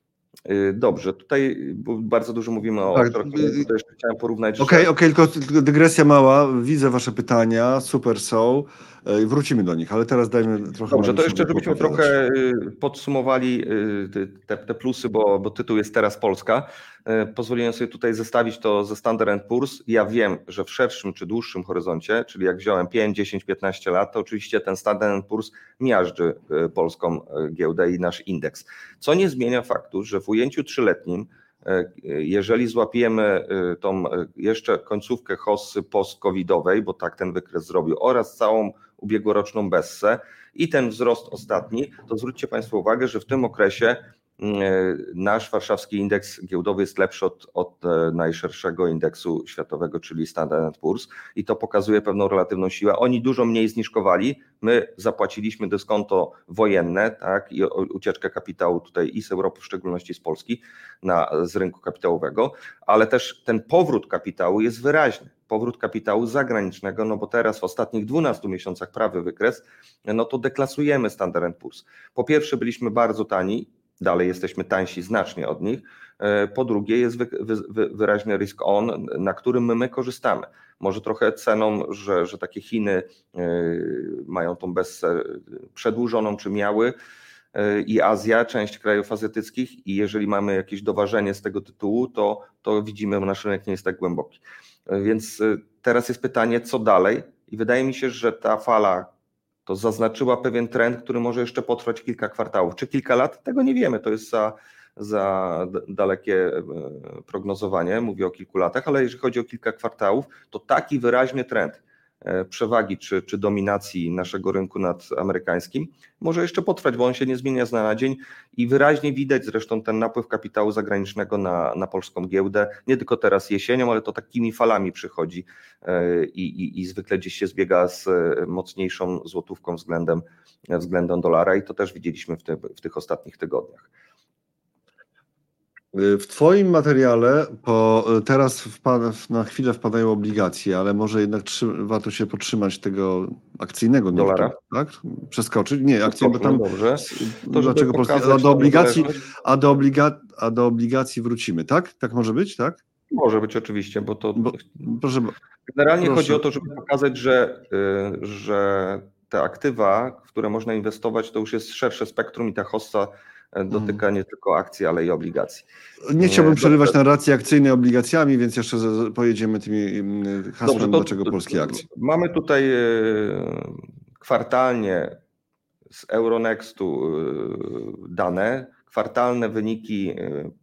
Dobrze, tutaj bardzo dużo mówimy o tak, tutaj jeszcze chciałem porównać. Okej, że... okej, tylko dygresja mała, widzę wasze pytania, super są, wrócimy do nich, ale teraz dajmy trochę... Dobrze, to jeszcze żebyśmy trochę podsumowali te, te plusy, bo, bo tytuł jest Teraz Polska. Pozwoliłem sobie tutaj zestawić to ze Standard and Poor's. Ja wiem, że w szerszym czy dłuższym horyzoncie, czyli jak wziąłem pięć, dziesięć, piętnaście lat, to oczywiście ten Standard and Poor's miażdży polską giełdę i nasz indeks. Co nie zmienia faktu, że w ujęciu trzyletnim, jeżeli złapiemy tą jeszcze końcówkę hossy post-covidowej, bo tak ten wykres zrobił, oraz całą ubiegłoroczną bessę i ten wzrost ostatni, to zwróćcie Państwo uwagę, że w tym okresie nasz warszawski indeks giełdowy jest lepszy od, od najszerszego indeksu światowego, czyli Standard and Poor's i to pokazuje pewną relatywną siłę. Oni dużo mniej zniżkowali, my zapłaciliśmy dyskonto wojenne, tak, i ucieczkę kapitału tutaj i z Europy, w szczególności z Polski, na, z rynku kapitałowego, ale też ten powrót kapitału jest wyraźny. Powrót kapitału zagranicznego, no bo teraz w ostatnich dwunastu miesiącach prawy wykres, no to deklasujemy Standard and Poor's. Po pierwsze byliśmy bardzo tani, dalej jesteśmy tańsi znacznie od nich. Po drugie jest wy, wy, wyraźny risk on, na którym my, my korzystamy. Może trochę ceną, że, że takie Chiny mają tą bessę przedłużoną, czy miały, i Azja, część krajów azjatyckich i jeżeli mamy jakieś doważenie z tego tytułu, to, to widzimy, że nasz rynek nie jest tak głęboki. Więc teraz jest pytanie, co dalej i wydaje mi się, że ta fala to zaznaczyła pewien trend, który może jeszcze potrwać kilka kwartałów, czy kilka lat, tego nie wiemy, to jest za, za dalekie prognozowanie, mówię o kilku latach, ale jeżeli chodzi o kilka kwartałów, to taki wyraźny trend przewagi czy, czy dominacji naszego rynku nad amerykańskim może jeszcze potrwać, bo on się nie zmienia z dnia na dzień i wyraźnie widać zresztą ten napływ kapitału zagranicznego na, na polską giełdę, nie tylko teraz jesienią, ale to takimi falami przychodzi i, i, i zwykle gdzieś się zbiega z mocniejszą złotówką względem, względem dolara i to też widzieliśmy w, te, w tych ostatnich tygodniach. W Twoim materiale po, teraz wpada, na chwilę wpadają obligacje, ale może jednak trzy, warto się potrzymać tego akcyjnego nurtu, Dolara? tak? Przeskoczyć? Nie, akcje, bo Przeskoczmy, tam dobrze. To żeby dlaczego polskie? A pokazać do tą obligacji, niezależność? a do, obliga, a do obligacji wrócimy, tak? Tak może być, tak? Może być oczywiście, bo to Bo, proszę, generalnie proszę. chodzi o to, żeby pokazać, że, y, że te aktywa, w które można inwestować, to już jest szersze spektrum i ta hossa dotyka hmm. nie tylko akcji, ale i obligacji. Nie chciałbym przerywać narracji akcyjnej obligacjami, więc jeszcze pojedziemy tymi hasłami, Dobrze, to, dlaczego to, polskie akcje. Mamy tutaj kwartalnie z Euronextu dane, kwartalne wyniki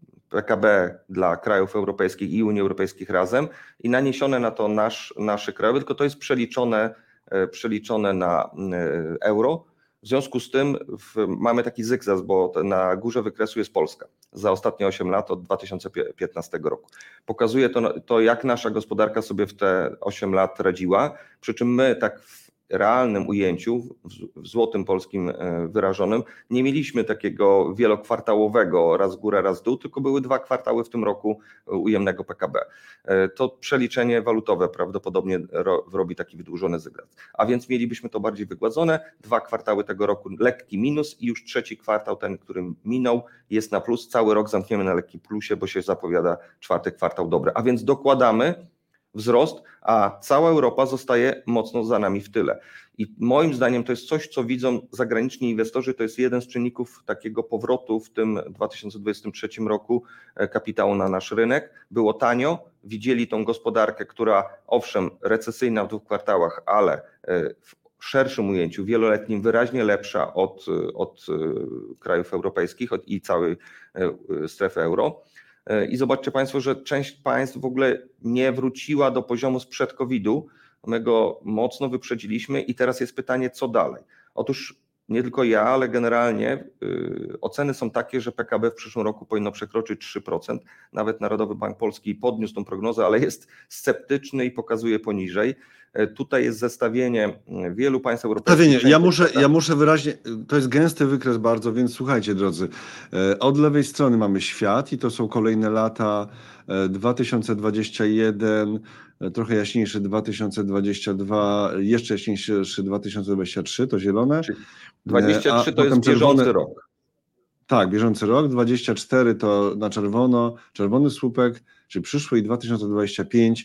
P K B dla krajów europejskich i Unii Europejskiej razem i naniesione na to nasz, nasze krajowe, tylko to jest przeliczone, przeliczone na euro. W związku z tym w, mamy taki zygzak, bo na górze wykresu jest Polska za ostatnie osiem lat od dwa tysiące piętnastego roku. Pokazuje to, to, jak nasza gospodarka sobie w te osiem lat radziła, przy czym my tak w realnym ujęciu, w złotym polskim wyrażonym, nie mieliśmy takiego wielokwartałowego raz w górę, raz w dół, tylko były dwa kwartały w tym roku ujemnego P K B. To przeliczenie walutowe prawdopodobnie robi taki wydłużony zygzak. A więc mielibyśmy to bardziej wygładzone, dwa kwartały tego roku lekki minus i już trzeci kwartał, ten, który minął, jest na plus. Cały rok zamkniemy na lekkim plusie, bo się zapowiada czwarty kwartał dobry. A więc dokładamy wzrost, a cała Europa zostaje mocno za nami w tyle. I moim zdaniem to jest coś, co widzą zagraniczni inwestorzy, to jest jeden z czynników takiego powrotu w tym dwa tysiące dwudziestym trzecim roku kapitału na nasz rynek. Było tanio, widzieli tą gospodarkę, która owszem recesyjna w dwóch kwartałach, ale w szerszym ujęciu, wieloletnim, wyraźnie lepsza od, od krajów europejskich od, i całej strefy euro. I zobaczcie Państwo, że część państw w ogóle nie wróciła do poziomu sprzed kowida. My go mocno wyprzedziliśmy i teraz jest pytanie, co dalej? Otóż nie tylko ja, ale generalnie yy, oceny są takie, że P K B w przyszłym roku powinno przekroczyć trzy procent. Nawet Narodowy Bank Polski podniósł tą prognozę, ale jest sceptyczny i pokazuje poniżej. Yy, tutaj jest zestawienie wielu państw europejskich. Zestawienie. Ja muszę, ja muszę wyraźnie, to jest gęsty wykres bardzo, więc słuchajcie drodzy, od lewej strony mamy świat i to są kolejne lata dwa tysiące dwudziesty pierwszy, trochę jaśniejszy dwa tysiące dwudziesty drugi, jeszcze jaśniejszy dwa tysiące dwudziesty trzeci, to zielone. dwadzieścia trzy to jest bieżący czerwone, rok. Tak, bieżący rok, dwadzieścia cztery to na czerwono, czerwony słupek, czyli przyszły i dwa tysiące dwudziesty piąty,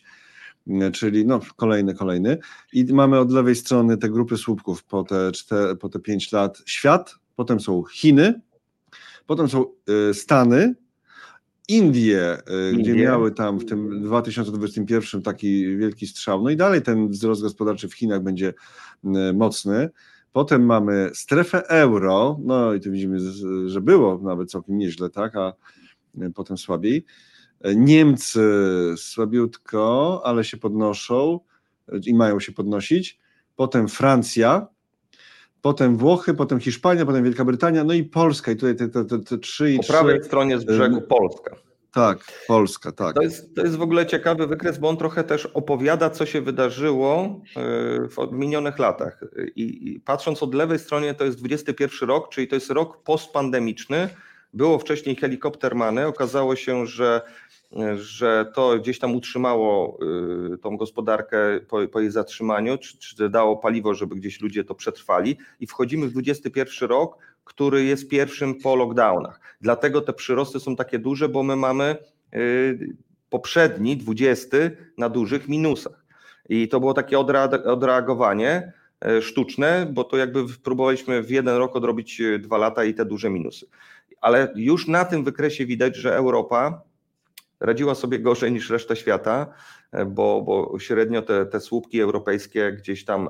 czyli no kolejny, kolejny. I mamy od lewej strony te grupy słupków po te, cztery, po te pięć lat świat, potem są Chiny, potem są y, Stany, Indie, y, gdzie miały tam w tym dwa tysiące dwudziestym pierwszym taki wielki strzał, no i dalej ten wzrost gospodarczy w Chinach będzie y, mocny. Potem mamy strefę euro, no i tu widzimy, że było nawet całkiem nieźle, tak, a potem słabiej. Niemcy słabiutko, ale się podnoszą i mają się podnosić. Potem Francja, potem Włochy, potem Hiszpania, potem Wielka Brytania, no i Polska. I tutaj te, te, te, te trzy i po trzy. Po prawej stronie z brzegu Polska. Tak, Polska, tak. To jest, to jest w ogóle ciekawy wykres, bo on trochę też opowiada, co się wydarzyło w minionych latach. I, i patrząc od lewej strony, to jest dwudziesty pierwszy rok, czyli to jest rok postpandemiczny. Było wcześniej helikopter Money, okazało się, że, że to gdzieś tam utrzymało tą gospodarkę po, po jej zatrzymaniu, czy, czy dało paliwo, żeby gdzieś ludzie to przetrwali i wchodzimy w dwudziesty pierwszy rok, który jest pierwszym po lockdownach. Dlatego te przyrosty są takie duże, bo my mamy poprzedni, dwudziesty na dużych minusach. I to było takie odreagowanie sztuczne, bo to jakby próbowaliśmy w jeden rok odrobić dwa lata i te duże minusy. Ale już na tym wykresie widać, że Europa radziła sobie gorzej niż reszta świata, bo, bo średnio te, te słupki europejskie gdzieś tam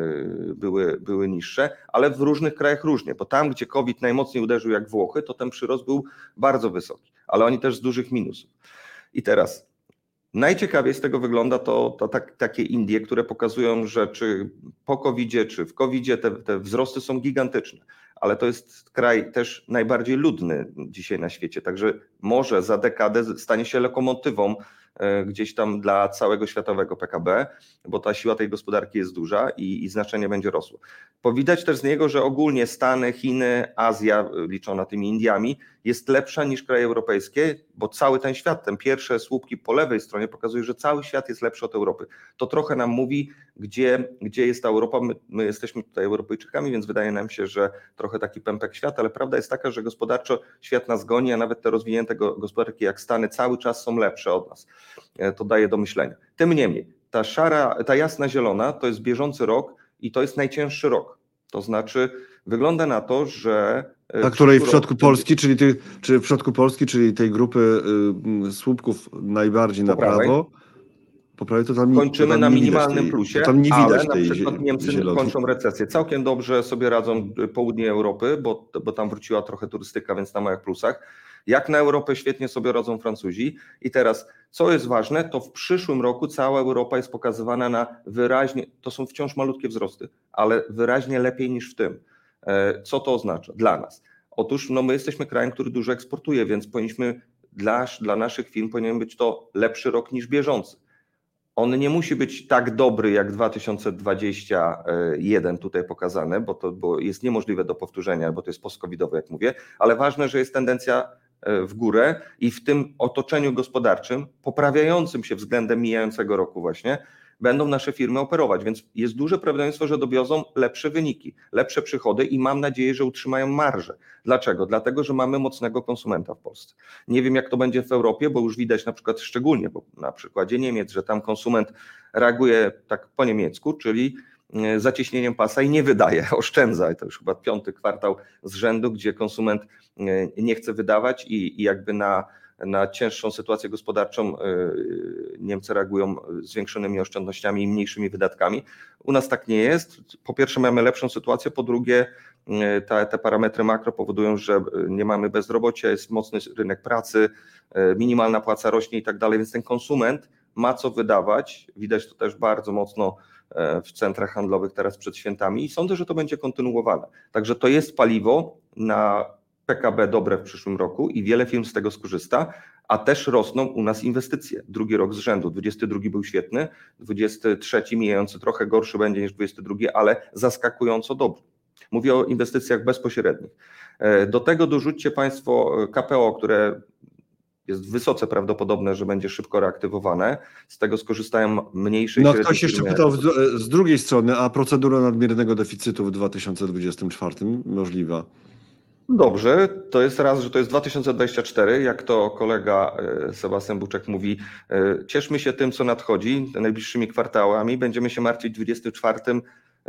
były, były niższe, ale w różnych krajach różnie, bo tam, gdzie COVID najmocniej uderzył jak Włochy, to ten przyrost był bardzo wysoki, ale oni też z dużych minusów. I teraz najciekawiej z tego wygląda to, to tak, takie Indie, które pokazują, że czy po kowidzie, czy w kowidzie te, te wzrosty są gigantyczne, ale to jest kraj też najbardziej ludny dzisiaj na świecie, także może za dekadę stanie się lokomotywą gdzieś tam dla całego światowego P K B, bo ta siła tej gospodarki jest duża i, i znaczenie będzie rosło. Powidać też z niego, że ogólnie Stany, Chiny, Azja, liczona tymi Indiami, jest lepsza niż kraje europejskie, bo cały ten świat, te pierwsze słupki po lewej stronie pokazują, że cały świat jest lepszy od Europy. To trochę nam mówi, gdzie, gdzie jest ta Europa. My, my jesteśmy tutaj Europejczykami, więc wydaje nam się, że trochę taki pępek świata, ale prawda jest taka, że gospodarczo świat nas goni, a nawet te rozwinięte gospodarki jak Stany cały czas są lepsze od nas. To daje do myślenia. Tym niemniej, ta szara, ta jasna zielona to jest bieżący rok i to jest najcięższy rok. To znaczy wygląda na to, że... A której w przypadku Polski, czyli ty, czy w przypadku Polski, czyli tej grupy y, słupków najbardziej na prawo, po prawej to tam kończymy to tam na nie minimalnym tej, plusie, tam nie widać ale tej na przykład Niemcy zielonej. kończą recesję. Całkiem dobrze sobie radzą południe Europy, bo, bo tam wróciła trochę turystyka, więc na małych plusach. Jak na Europę świetnie sobie radzą Francuzi. I teraz, co jest ważne, to w przyszłym roku cała Europa jest pokazywana na wyraźnie, to są wciąż malutkie wzrosty, ale wyraźnie lepiej niż w tym. Co to oznacza dla nas? Otóż no my jesteśmy krajem, który dużo eksportuje, więc powinniśmy dla, dla naszych firm powinien być to lepszy rok niż bieżący. On nie musi być tak dobry jak dwa tysiące dwudziesty pierwszy tutaj pokazane, bo to bo jest niemożliwe do powtórzenia, bo to jest post-covidowe, jak mówię, ale ważne, że jest tendencja w górę i w tym otoczeniu gospodarczym, poprawiającym się względem mijającego roku właśnie, będą nasze firmy operować, więc jest duże prawdopodobieństwo, że dowiozą lepsze wyniki, lepsze przychody i mam nadzieję, że utrzymają marżę. Dlaczego? Dlatego, że mamy mocnego konsumenta w Polsce. Nie wiem, jak to będzie w Europie, bo już widać na przykład szczególnie bo na przykładzie Niemiec, że tam konsument reaguje tak po niemiecku, czyli zacieśnieniem pasa i nie wydaje, oszczędza. I to już chyba piąty kwartał z rzędu, gdzie konsument nie chce wydawać i, i jakby na na cięższą sytuację gospodarczą Niemcy reagują zwiększonymi oszczędnościami i mniejszymi wydatkami. U nas tak nie jest. Po pierwsze mamy lepszą sytuację, po drugie te, te parametry makro powodują, że nie mamy bezrobocia, jest mocny rynek pracy, minimalna płaca rośnie i tak dalej, więc ten konsument ma co wydawać. Widać to też bardzo mocno w centrach handlowych teraz przed świętami i sądzę, że to będzie kontynuowane. Także to jest paliwo na P K B dobre w przyszłym roku i wiele firm z tego skorzysta, a też rosną u nas inwestycje. Drugi rok z rzędu, dwudziesty drugi był świetny, dwudziesty trzeci mijający trochę gorszy będzie niż dwudziesty drugi, ale zaskakująco dobry. Mówię o inwestycjach bezpośrednich. Do tego dorzućcie Państwo K P O, które jest wysoce prawdopodobne, że będzie szybko reaktywowane. Z tego skorzystają mniejsze i No średnie ktoś jeszcze firmy. pytał z, z drugiej strony, a procedura nadmiernego deficytu w dwa tysiące dwudziestym czwartym możliwa? Dobrze, to jest raz, że to jest dwa tysiące dwudziesty czwarty, jak to kolega Sebastian Buczek mówi, cieszmy się tym, co nadchodzi najbliższymi kwartałami, będziemy się martwić dwudziestym czwartym,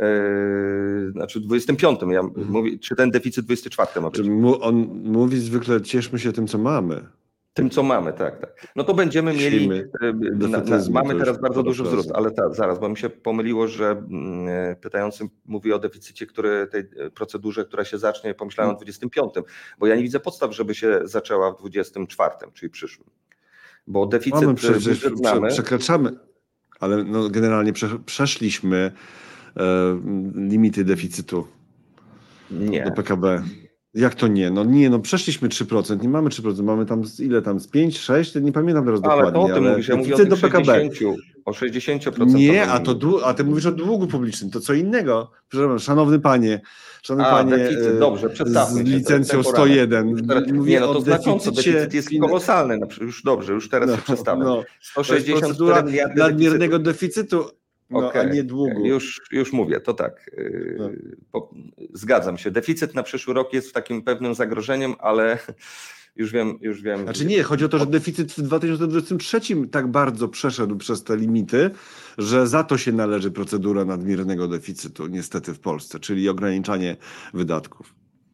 znaczy dwudziestym piątym, ja Mhm. mówię, czy ten deficyt dwudziesty czwarty ma być? On mówi zwykle, cieszmy się tym, co mamy. Tym, co mamy, tak, tak. No to będziemy mieli, na, na, mamy teraz bardzo duży wzrost, ale tak, zaraz, bo mi się pomyliło, że pytający mówi o deficycie, który, tej procedurze, która się zacznie, pomyślałem o dwudziestym piątym, bo ja nie widzę podstaw, żeby się zaczęła w dwudziestym czwartym, czyli przyszłym. Bo deficyt mamy przecież, prze, znamy. Przekraczamy, ale no generalnie prze, przeszliśmy e, limity deficytu nie. do P K B. Jak to nie? No nie, no przeszliśmy trzy procent, nie mamy trzy procent, mamy tam z, ile tam, z pięć, sześć, nie pamiętam teraz ale dokładnie. To o tym ale mówisz, ja mówię o do P K B. sześćdziesięciu, o sześćdziesięciu procent. Nie, a, to dłu, a ty mówisz o długu publicznym, to co innego. Przepraszam, szanowny panie, szanowny a, panie deficyt, dobrze, przedstawmy z licencją sto jeden. Mówię nie, no to znacząco, deficyt jest kolosalny, już dobrze, już teraz no, się przestawiam. No, sto sześćdziesiąt cztery miliardy nadmiernego deficytu. deficytu. No, okay. a nie długu. Już, już mówię, to tak. No. Po, zgadzam się. Deficyt na przyszły rok jest takim pewnym zagrożeniem, ale już wiem, już wiem. Znaczy nie, chodzi o to, że deficyt w dwa tysiące dwudziestym trzecim tak bardzo przeszedł przez te limity, że za to się należy procedura nadmiernego deficytu, niestety w Polsce, czyli ograniczanie wydatków.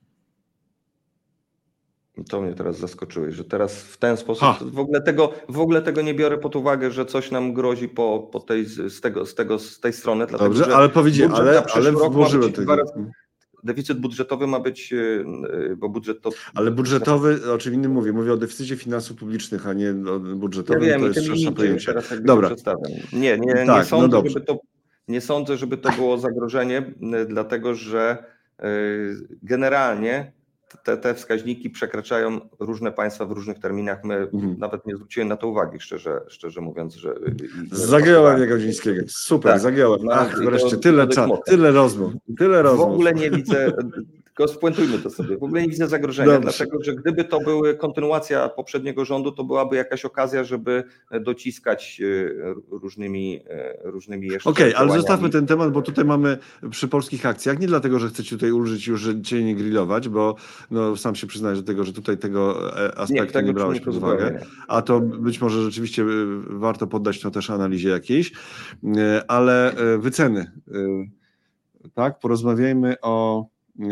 To mnie teraz zaskoczyłeś, że teraz w ten sposób w ogóle, tego, w ogóle tego nie biorę pod uwagę, że coś nam grozi po, po tej, z, tego, z, tego, z tej strony. Dlatego, Dobrze, że ale powiedziałem, ale, ale włożyłem tego. Deficyt budżetowy ma być, bo budżet to... Ale budżetowy, o czym innym mówię, mówię o deficycie finansów publicznych, a nie o budżetowym, ja wiem, to jest szersze pojęcie. Dobra. Nie, nie, nie, tak, sądzę, no żeby to, nie sądzę, żeby to było zagrożenie, dlatego że generalnie te, te wskaźniki przekraczają różne państwa w różnych terminach. My mhm. nawet nie zwróciłem na to uwagi, szczerze, szczerze mówiąc, że... Zagiąłem Jagodzińskiego. Super, tak, zagiąłem. Ach, wreszcie, tyle, cza, tyle rozmów. Tyle rozmów. W ogóle nie widzę... Tylko spuentujmy to sobie. W ogóle nie widzę zagrożenia, Dobrze. dlatego że gdyby to była kontynuacja poprzedniego rządu, to byłaby jakaś okazja, żeby dociskać różnymi, różnymi jeszcze Okej, okay, ale zostawmy ten temat, bo tutaj mamy przy polskich akcjach, nie dlatego, że chcecie tutaj ulżyć już, że cię nie grillować, bo no, sam się przyznajesz do tego, że tutaj tego aspektu nie, nie brałeś pod uwagę, a to być może rzeczywiście warto poddać to też analizie jakiejś, ale wyceny, tak, porozmawiajmy o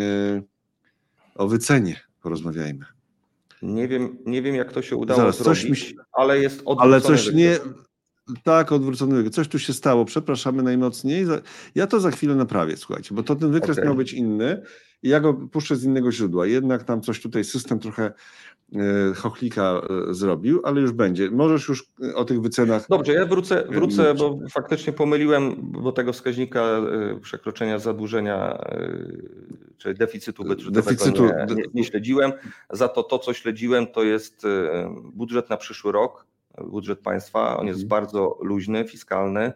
o wycenie porozmawiajmy. Nie wiem, nie wiem jak to się udało Zaraz, zrobić, coś mi... ale jest odwrócony. Ale coś nie... Tak, odwrócony. Coś tu się stało, przepraszamy najmocniej. Ja to za chwilę naprawię, słuchajcie, bo to ten wykres okay. miał być inny i ja go puszczę z innego źródła. Jednak tam coś tutaj system trochę chochlika zrobił, ale już będzie. Możesz już o tych wycenach... Dobrze, ja wrócę, wrócę bo faktycznie pomyliłem, bo tego wskaźnika przekroczenia zadłużenia, czyli deficytu budżetowego deficytu. Nie, nie, nie śledziłem. Za to to, co śledziłem, to jest budżet na przyszły rok, budżet państwa. On jest hmm. bardzo luźny, fiskalny.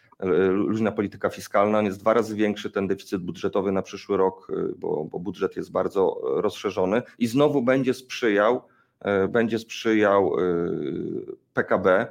Luźna polityka fiskalna, on jest dwa razy większy ten deficyt budżetowy na przyszły rok, bo, bo budżet jest bardzo rozszerzony i znowu będzie sprzyjał, będzie sprzyjał P K B,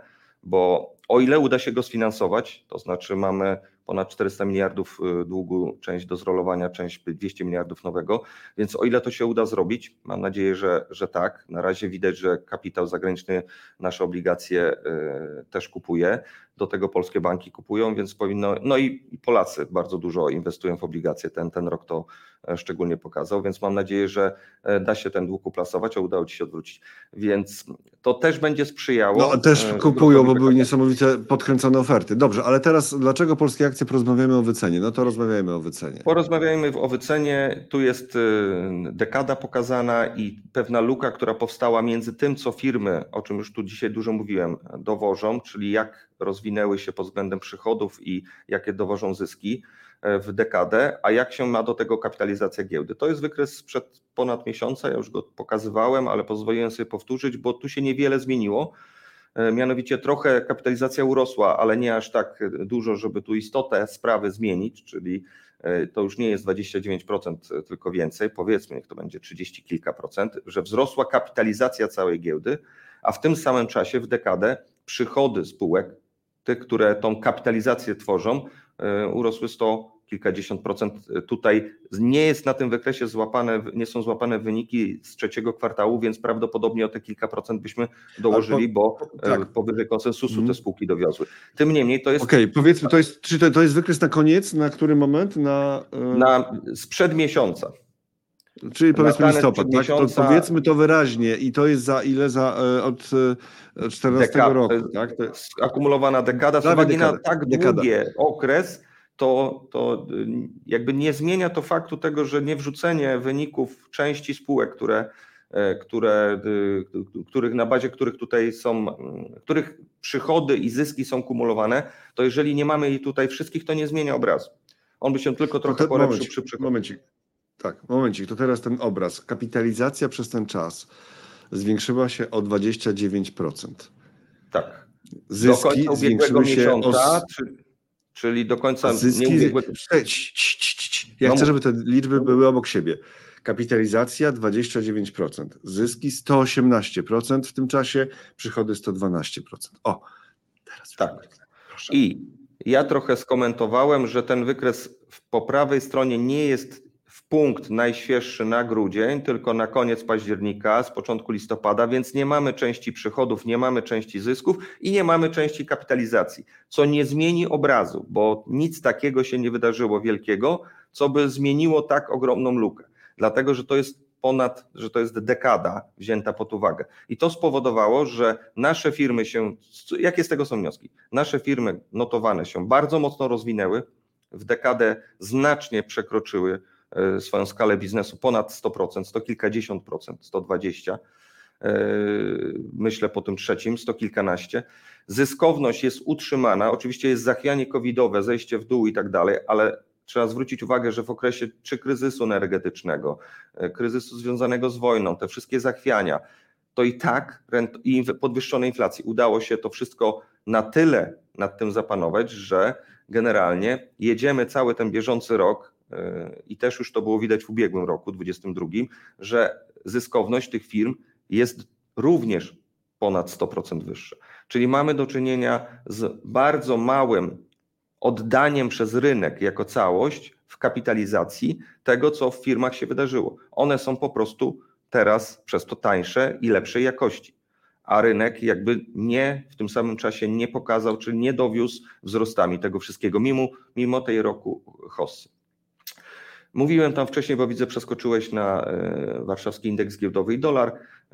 bo o ile uda się go sfinansować, to znaczy mamy ponad czterysta miliardów długu, część do zrolowania, część dwieście miliardów nowego, więc o ile to się uda zrobić, mam nadzieję, że, że tak. Na razie widać, że kapitał zagraniczny nasze obligacje też kupuje, do tego polskie banki kupują, więc powinno, no i Polacy bardzo dużo inwestują w obligacje, ten, ten rok to szczególnie pokazał, więc mam nadzieję, że da się ten dług uplasować, a udało Ci się odwrócić, więc to też będzie sprzyjało. No też kupują, bo były niesamowite podkręcone oferty. Dobrze, ale teraz dlaczego polskie akcje porozmawiamy o wycenie? No to rozmawiajmy o wycenie. Porozmawiajmy o wycenie, tu jest dekada pokazana i pewna luka, która powstała między tym, co firmy, o czym już tu dzisiaj dużo mówiłem, dowożą, czyli jak rozwinęły się pod względem przychodów i jakie dowożą zyski w dekadę, a jak się ma do tego kapitalizacja giełdy. To jest wykres sprzed ponad miesiąca, ja już go pokazywałem, ale pozwoliłem sobie powtórzyć, bo tu się niewiele zmieniło. Mianowicie trochę kapitalizacja urosła, ale nie aż tak dużo, żeby tu istotę sprawy zmienić, czyli to już nie jest dwadzieścia dziewięć procent, tylko więcej, powiedzmy, niech to będzie trzydzieści kilka procent, że wzrosła kapitalizacja całej giełdy, a w tym samym czasie w dekadę przychody spółek, tych, które tą kapitalizację tworzą, urosły sto kilkadziesiąt procent. Tutaj nie jest na tym wykresie złapane, nie są złapane wyniki z trzeciego kwartału, więc prawdopodobnie o te kilka procent byśmy dołożyli, bo tak. powyżej konsensusu hmm. te spółki dowiozły. Tym niemniej to jest... Okej, okay, powiedzmy, to jest, czy to, to jest wykres na koniec, na który moment? Na, yy... na sprzed miesiąca. Czyli powiedzmy listopad, tak? To powiedzmy to wyraźnie i to jest za ile? Za od czternastego roku, tak? To jest... Akumulowana dekada, z uwagi na tak długi okres, to, to jakby nie zmienia to faktu tego, że niewrzucenie wyników części spółek, które, które, których na bazie których tutaj są, których przychody i zyski są kumulowane, to jeżeli nie mamy jej tutaj wszystkich, to nie zmienia obrazu. On by się tylko trochę to, polepszył przy przychodach. Momencik. Tak, momencik, to teraz ten obraz. Kapitalizacja przez ten czas zwiększyła się o dwadzieścia dziewięć procent. Tak. Zyski do końca zwiększyły się miesiąca, o... czyli do końca zyski... nieubiegłego... Ja no chcę, żeby te liczby były obok siebie. Kapitalizacja dwadzieścia dziewięć procent, zyski sto osiemnaście procent w tym czasie, przychody sto dwanaście procent. O, teraz tak. Proszę. I ja trochę skomentowałem, że ten wykres po prawej stronie nie jest w punkt najświeższy na grudzień, tylko na koniec października, z początku listopada, więc nie mamy części przychodów, nie mamy części zysków i nie mamy części kapitalizacji, co nie zmieni obrazu, bo nic takiego się nie wydarzyło wielkiego, co by zmieniło tak ogromną lukę, dlatego że to jest ponad, że to jest dekada wzięta pod uwagę. I to spowodowało, że nasze firmy się, jakie z tego są wnioski? Nasze firmy notowane się bardzo mocno rozwinęły, w dekadę znacznie przekroczyły swoją skalę biznesu ponad sto procent, sto kilkadziesiąt procent, sto dwadzieścia, myślę po tym trzecim, sto kilkanaście. Zyskowność jest utrzymana, oczywiście jest zachwianie covidowe, zejście w dół i tak dalej, ale trzeba zwrócić uwagę, że w okresie czy kryzysu energetycznego, kryzysu związanego z wojną, te wszystkie zachwiania, to i tak i podwyższonej inflacji udało się to wszystko na tyle nad tym zapanować, że generalnie jedziemy cały ten bieżący rok i też już to było widać w ubiegłym roku, dwudziestym drugim, że zyskowność tych firm jest również ponad sto procent wyższa. Czyli mamy do czynienia z bardzo małym oddaniem przez rynek jako całość w kapitalizacji tego, co w firmach się wydarzyło. One są po prostu teraz przez to tańsze i lepszej jakości, a rynek jakby nie w tym samym czasie nie pokazał, czy nie dowiózł wzrostami tego wszystkiego, mimo, mimo tej roku hossy. Mówiłem tam wcześniej, bo widzę, przeskoczyłeś na e, warszawski indeks giełdowy i dolar.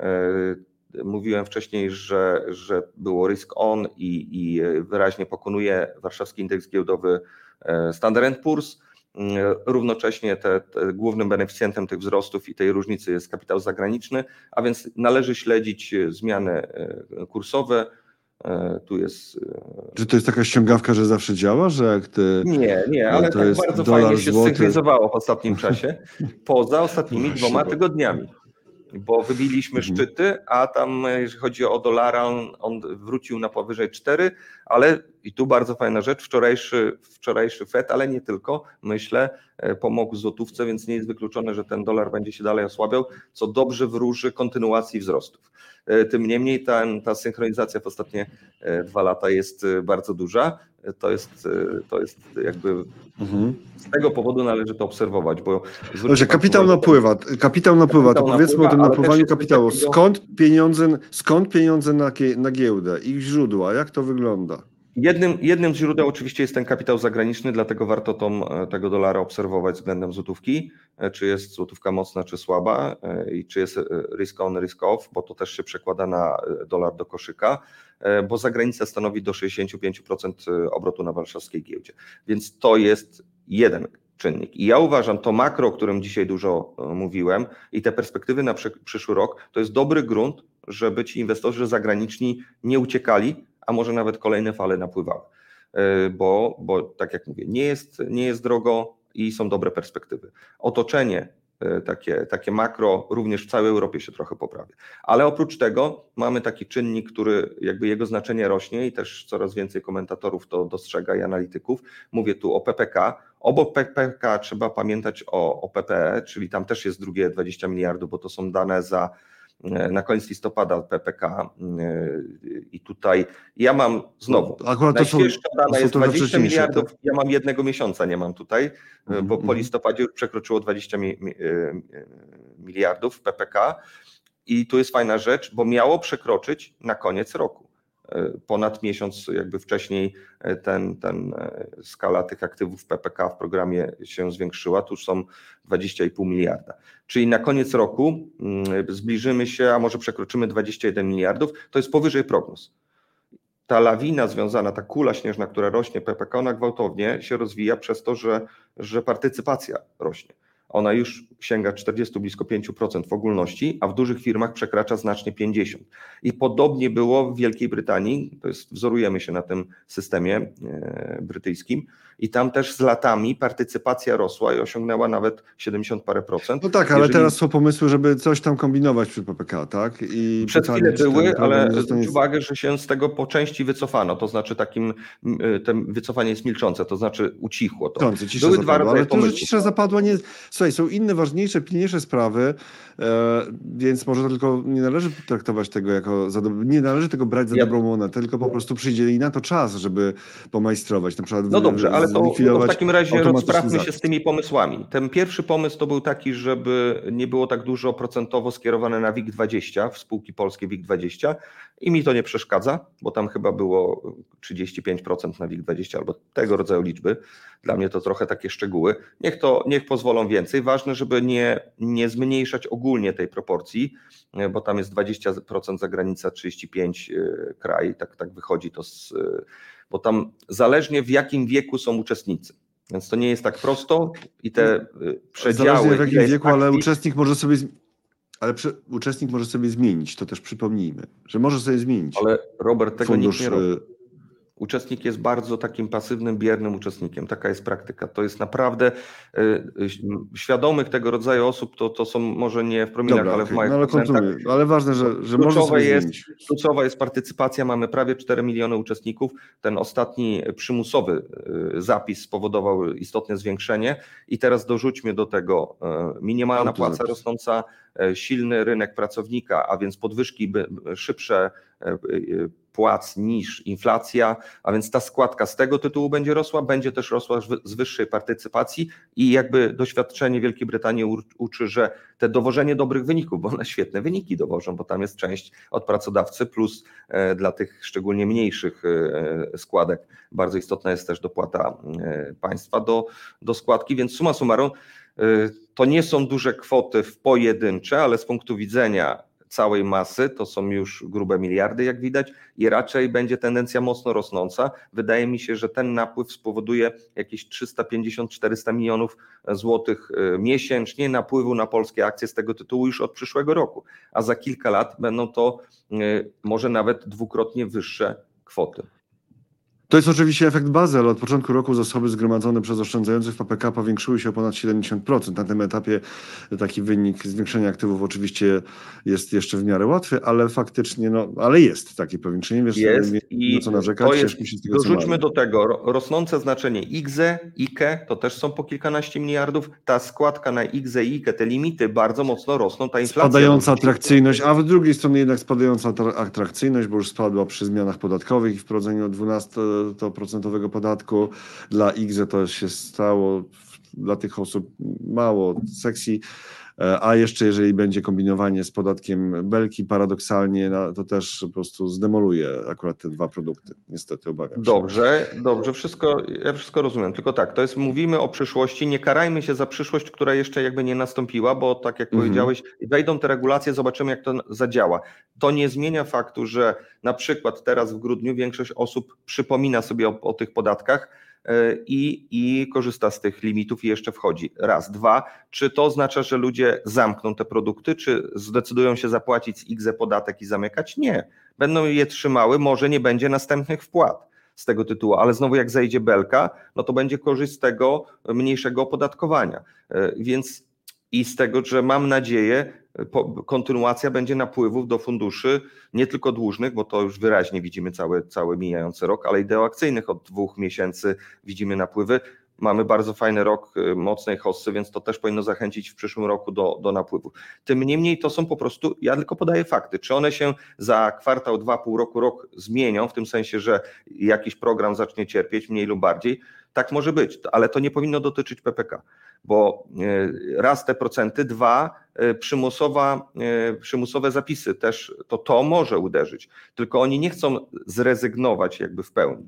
E, mówiłem wcześniej, że, że było risk on i, i wyraźnie pokonuje warszawski indeks giełdowy e, Standard and Poor's. Równocześnie te, te głównym beneficjentem tych wzrostów i tej różnicy jest kapitał zagraniczny, a więc należy śledzić zmiany kursowe. Tu jest. Czy to jest taka ściągawka, że zawsze działa, że jak ty. Nie, nie, ale tak bardzo fajnie się zsynchronizowało w ostatnim czasie, poza ostatnimi dwoma tygodniami. Bo wybiliśmy mhm. szczyty, a tam jeżeli chodzi o dolara, on, on wrócił na powyżej cztery, ale i tu bardzo fajna rzecz, wczorajszy, wczorajszy Fed, ale nie tylko, myślę, pomógł złotówce, więc nie jest wykluczone, że ten dolar będzie się dalej osłabiał, co dobrze wróży kontynuacji wzrostów. Tym niemniej ta, ta synchronizacja w ostatnie dwa lata jest bardzo duża. To jest, to jest jakby mhm. z tego powodu należy to obserwować, bo Dobrze, kapitał napływa, kapitał napływa, kapitał to powiedzmy napływa, o tym napływaniu kapitału. Takiego... Skąd pieniądze, skąd pieniądze na, na giełdę, ich źródła, jak to wygląda? Jednym, jednym z źródeł oczywiście jest ten kapitał zagraniczny, dlatego warto tą, tego dolara obserwować względem złotówki, czy jest złotówka mocna, czy słaba i czy jest risk on, risk off, bo to też się przekłada na dolar do koszyka, bo zagranica stanowi do sześćdziesiąt pięć procent obrotu na warszawskiej giełdzie, więc to jest jeden czynnik. I ja uważam, to makro, o którym dzisiaj dużo mówiłem i te perspektywy na przyszły rok, to jest dobry grunt, żeby ci inwestorzy zagraniczni nie uciekali, a może nawet kolejne fale napływały, bo, bo tak jak mówię, nie jest, nie jest drogo i są dobre perspektywy. Otoczenie takie, takie makro również w całej Europie się trochę poprawia. Ale oprócz tego mamy taki czynnik, który jakby jego znaczenie rośnie i też coraz więcej komentatorów to dostrzega i analityków. Mówię tu o P P K. Obok P P K trzeba pamiętać o, o P P E, czyli tam też jest drugie dwadzieścia miliardów, bo to są dane za na koniec listopada P P K i tutaj ja mam znowu, akurat to są, dana jest dwadzieścia miliardów, tak? Ja mam jednego miesiąca, nie mam tutaj, mm-hmm. bo po listopadzie już przekroczyło dwadzieścia miliardów P P K i tu jest fajna rzecz, bo miało przekroczyć na koniec roku. Ponad miesiąc jakby wcześniej ten, ten skala tych aktywów P P K w programie się zwiększyła, tu już są dwadzieścia i pół miliarda. Czyli na koniec roku zbliżymy się, a może przekroczymy dwadzieścia jeden miliardów, to jest powyżej prognoz. Ta lawina związana, ta kula śnieżna, która rośnie P P K, ona gwałtownie się rozwija przez to, że, że partycypacja rośnie. Ona już sięga czterdzieści, blisko pięć procent w ogólności, a w dużych firmach przekracza znacznie pięćdziesiąt procent. I podobnie było w Wielkiej Brytanii, to jest, wzorujemy się na tym systemie e, brytyjskim i tam też z latami partycypacja rosła i osiągnęła nawet siedemdziesiąt parę procent. No tak, ale Jeżeli... teraz są pomysły, żeby coś tam kombinować przy P P K, tak? I Przez chwilę były, ale zwróć uwagę, że się z tego po części wycofano, to znaczy takim, tym wycofanie jest milczące, to znaczy ucichło to. Milczące, cisza były zapadła, dwa rodzaje pomysłów. Ale to, że cisza zapadła, nie... Słuchaj, są inne ważniejsze, pilniejsze sprawy, e, więc może tylko nie należy traktować tego jako, za do... nie należy tego brać za ja... dobrą monetę, tylko po prostu przyjdzie i na to czas, żeby pomajstrować. Na przykład no dobrze, ale to, to w takim razie rozprawmy się z tymi pomysłami. Ten pierwszy pomysł to był taki, żeby nie było tak dużo procentowo skierowane na W I G dwadzieścia, w spółki polskie W I G dwadzieścia i mi to nie przeszkadza, bo tam chyba było trzydzieści pięć procent na W I G dwadzieścia albo tego rodzaju liczby. Dla mnie to trochę takie szczegóły. Niech to, niech pozwolą więcej. Ważne, żeby nie, nie zmniejszać ogólnie tej proporcji, bo tam jest dwadzieścia procent zagranica, trzydzieści pięć procent kraj, tak, tak wychodzi to z... bo tam zależnie w jakim wieku są uczestnicy. Więc to nie jest tak prosto i te przedziały... Zależnie w jakim wieku, ale uczestnik może sobie... Ale przy, uczestnik może sobie zmienić, to też przypomnijmy, że może sobie zmienić. Ale Robert, tego fundusz, nikt nie robi. Uczestnik jest bardzo takim pasywnym, biernym uczestnikiem. Taka jest praktyka. To jest naprawdę świadomych tego rodzaju osób, to, to są może nie w promilach, Dobra, ale okay. w małych no, ale procentach. Ale ważne, że, że może sobie jest, zmienić. Kluczowa jest partycypacja. Mamy prawie cztery miliony uczestników. Ten ostatni przymusowy zapis spowodował istotne zwiększenie i teraz dorzućmy do tego minimalna płaca rosnąca, silny rynek pracownika, a więc podwyżki szybsze płac niż inflacja, a więc ta składka z tego tytułu będzie rosła, będzie też rosła z wyższej partycypacji i jakby doświadczenie Wielkiej Brytanii uczy, że te dowożenie dobrych wyników, bo one świetne wyniki dowożą, bo tam jest część od pracodawcy plus dla tych szczególnie mniejszych składek bardzo istotna jest też dopłata państwa do, do składki, więc summa summarum to nie są duże kwoty w pojedyncze, ale z punktu widzenia całej masy to są już grube miliardy, jak widać, i raczej będzie tendencja mocno rosnąca. Wydaje mi się, że ten napływ spowoduje jakieś trzysta pięćdziesiąt do czterystu milionów złotych miesięcznie napływu na polskie akcje z tego tytułu już od przyszłego roku, a za kilka lat będą to może nawet dwukrotnie wyższe kwoty. To jest oczywiście efekt bazy, ale od początku roku zasoby zgromadzone przez oszczędzających w P P K powiększyły się o ponad siedemdziesiąt procent. Na tym etapie taki wynik zwiększenia aktywów oczywiście jest jeszcze w miarę łatwy, ale faktycznie, no, ale jest takie powiększenie. Wiesz, jest nie, i co narzekać, to jest, się z tego, dorzućmy do tego rosnące znaczenie I K Z E, I K E, to też są po kilkanaście miliardów. Ta składka na I K Z E i I K E, te limity bardzo mocno rosną, ta inflacja. Spadająca atrakcyjność, a z drugiej strony jednak spadająca atrakcyjność, bo już spadła przy zmianach podatkowych i wprowadzeniu dwunastu procent podatku. Dla I K Z E to się stało dla tych osób mało sexy, a jeszcze jeżeli będzie kombinowanie z podatkiem Belki, paradoksalnie to też po prostu zdemoluje akurat te dwa produkty. Niestety obawiam się. Dobrze, dobrze, wszystko, ja wszystko rozumiem, tylko tak, to jest, mówimy o przyszłości, nie karajmy się za przyszłość, która jeszcze jakby nie nastąpiła, bo tak jak mhm. powiedziałeś, wejdą te regulacje, zobaczymy jak to zadziała. To nie zmienia faktu, że na przykład teraz w grudniu większość osób przypomina sobie o, o tych podatkach, I, i korzysta z tych limitów i jeszcze wchodzi. Raz. Dwa, czy to oznacza, że ludzie zamkną te produkty, czy zdecydują się zapłacić z I K Z E podatek i zamykać? Nie. Będą je trzymały, może nie będzie następnych wpłat z tego tytułu, ale znowu jak zejdzie belka, no to będzie korzyść z tego mniejszego opodatkowania. Więc i z tego, że mam nadzieję, kontynuacja będzie napływów do funduszy, nie tylko dłużnych, bo to już wyraźnie widzimy cały, cały mijający rok, ale i deoakcyjnych od dwóch miesięcy widzimy napływy. Mamy bardzo fajny rok mocnej hossy, więc to też powinno zachęcić w przyszłym roku do, do napływu. Tym niemniej to są po prostu, ja tylko podaję fakty, czy one się za kwartał, dwa, pół roku, rok zmienią, w tym sensie, że jakiś program zacznie cierpieć mniej lub bardziej, tak może być, ale to nie powinno dotyczyć P P K, bo raz te procenty, dwa przymusowa, przymusowe zapisy też, to to może uderzyć, tylko oni nie chcą zrezygnować jakby w pełni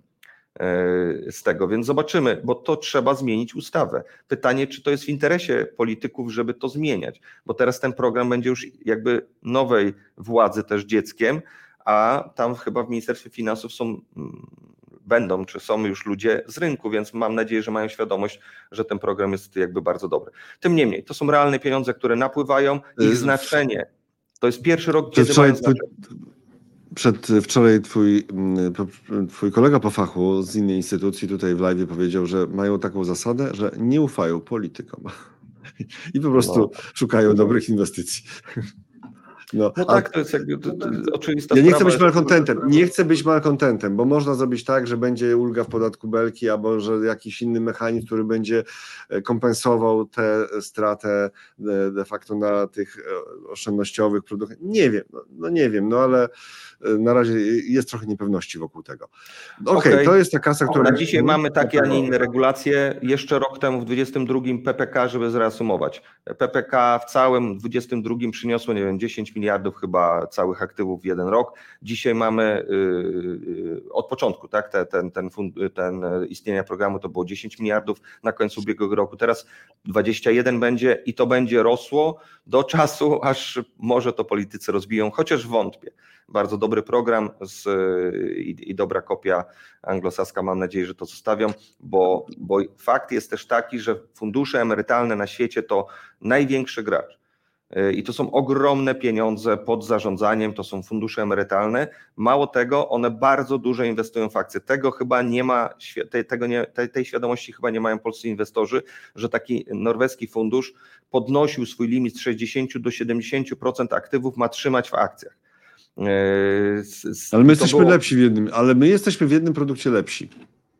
z tego, więc zobaczymy, bo to trzeba zmienić ustawę. Pytanie, czy to jest w interesie polityków, żeby to zmieniać, bo teraz ten program będzie już jakby nowej władzy też dzieckiem, a tam chyba w Ministerstwie Finansów są, będą, czy są już ludzie z rynku, więc mam nadzieję, że mają świadomość, że ten program jest jakby bardzo dobry. Tym niemniej, to są realne pieniądze, które napływają, ich znaczenie, to jest pierwszy rok, kiedy mają znaczenie. Przedwczoraj twój, twój kolega po fachu z innej instytucji tutaj w live powiedział, że mają taką zasadę, że nie ufają politykom i po prostu no, szukają dobrych inwestycji. No, no tak, to jest jakby to, to, to oczywista ja nie sprawa. chcę być malkontentem, nie chcę być malkontentem, bo można zrobić tak, że będzie ulga w podatku Belki, albo że jakiś inny mechanizm, który będzie kompensował tę stratę de facto na tych oszczędnościowych produktach. Nie wiem, no, no nie wiem, no ale na razie jest trochę niepewności wokół tego. Okej, okay, okay. To jest ta kasa, która... Na dzisiaj mamy takie, a nie inne regulacje. Jeszcze rok temu w dwudziestym drugim P P K, żeby zreasumować. P P K w całym dwudziestym drugim przyniosło, nie wiem, dziesięć miliardów chyba całych aktywów w jeden rok. Dzisiaj mamy yy, od początku, tak, ten, ten, ten, fund, ten istnienia programu to było dziesięć miliardów na końcu ubiegłego roku. Teraz dwadzieścia jeden będzie i to będzie rosło do czasu, aż może to politycy rozbiją, chociaż wątpię. Bardzo dobry program z, i, i dobra kopia anglosaska, mam nadzieję, że to zostawią, bo, bo fakt jest też taki, że fundusze emerytalne na świecie to największy gracz. I to są ogromne pieniądze pod zarządzaniem, to są fundusze emerytalne. Mało tego, one bardzo dużo inwestują w akcje. Tego chyba nie ma, tego nie, tej, tej świadomości chyba nie mają polscy inwestorzy, że taki norweski fundusz podnosił swój limit z sześćdziesięciu do siedemdziesięciu procent aktywów ma trzymać w akcjach. Ale my jesteśmy było... lepsi w jednym, ale my jesteśmy w jednym produkcie lepsi.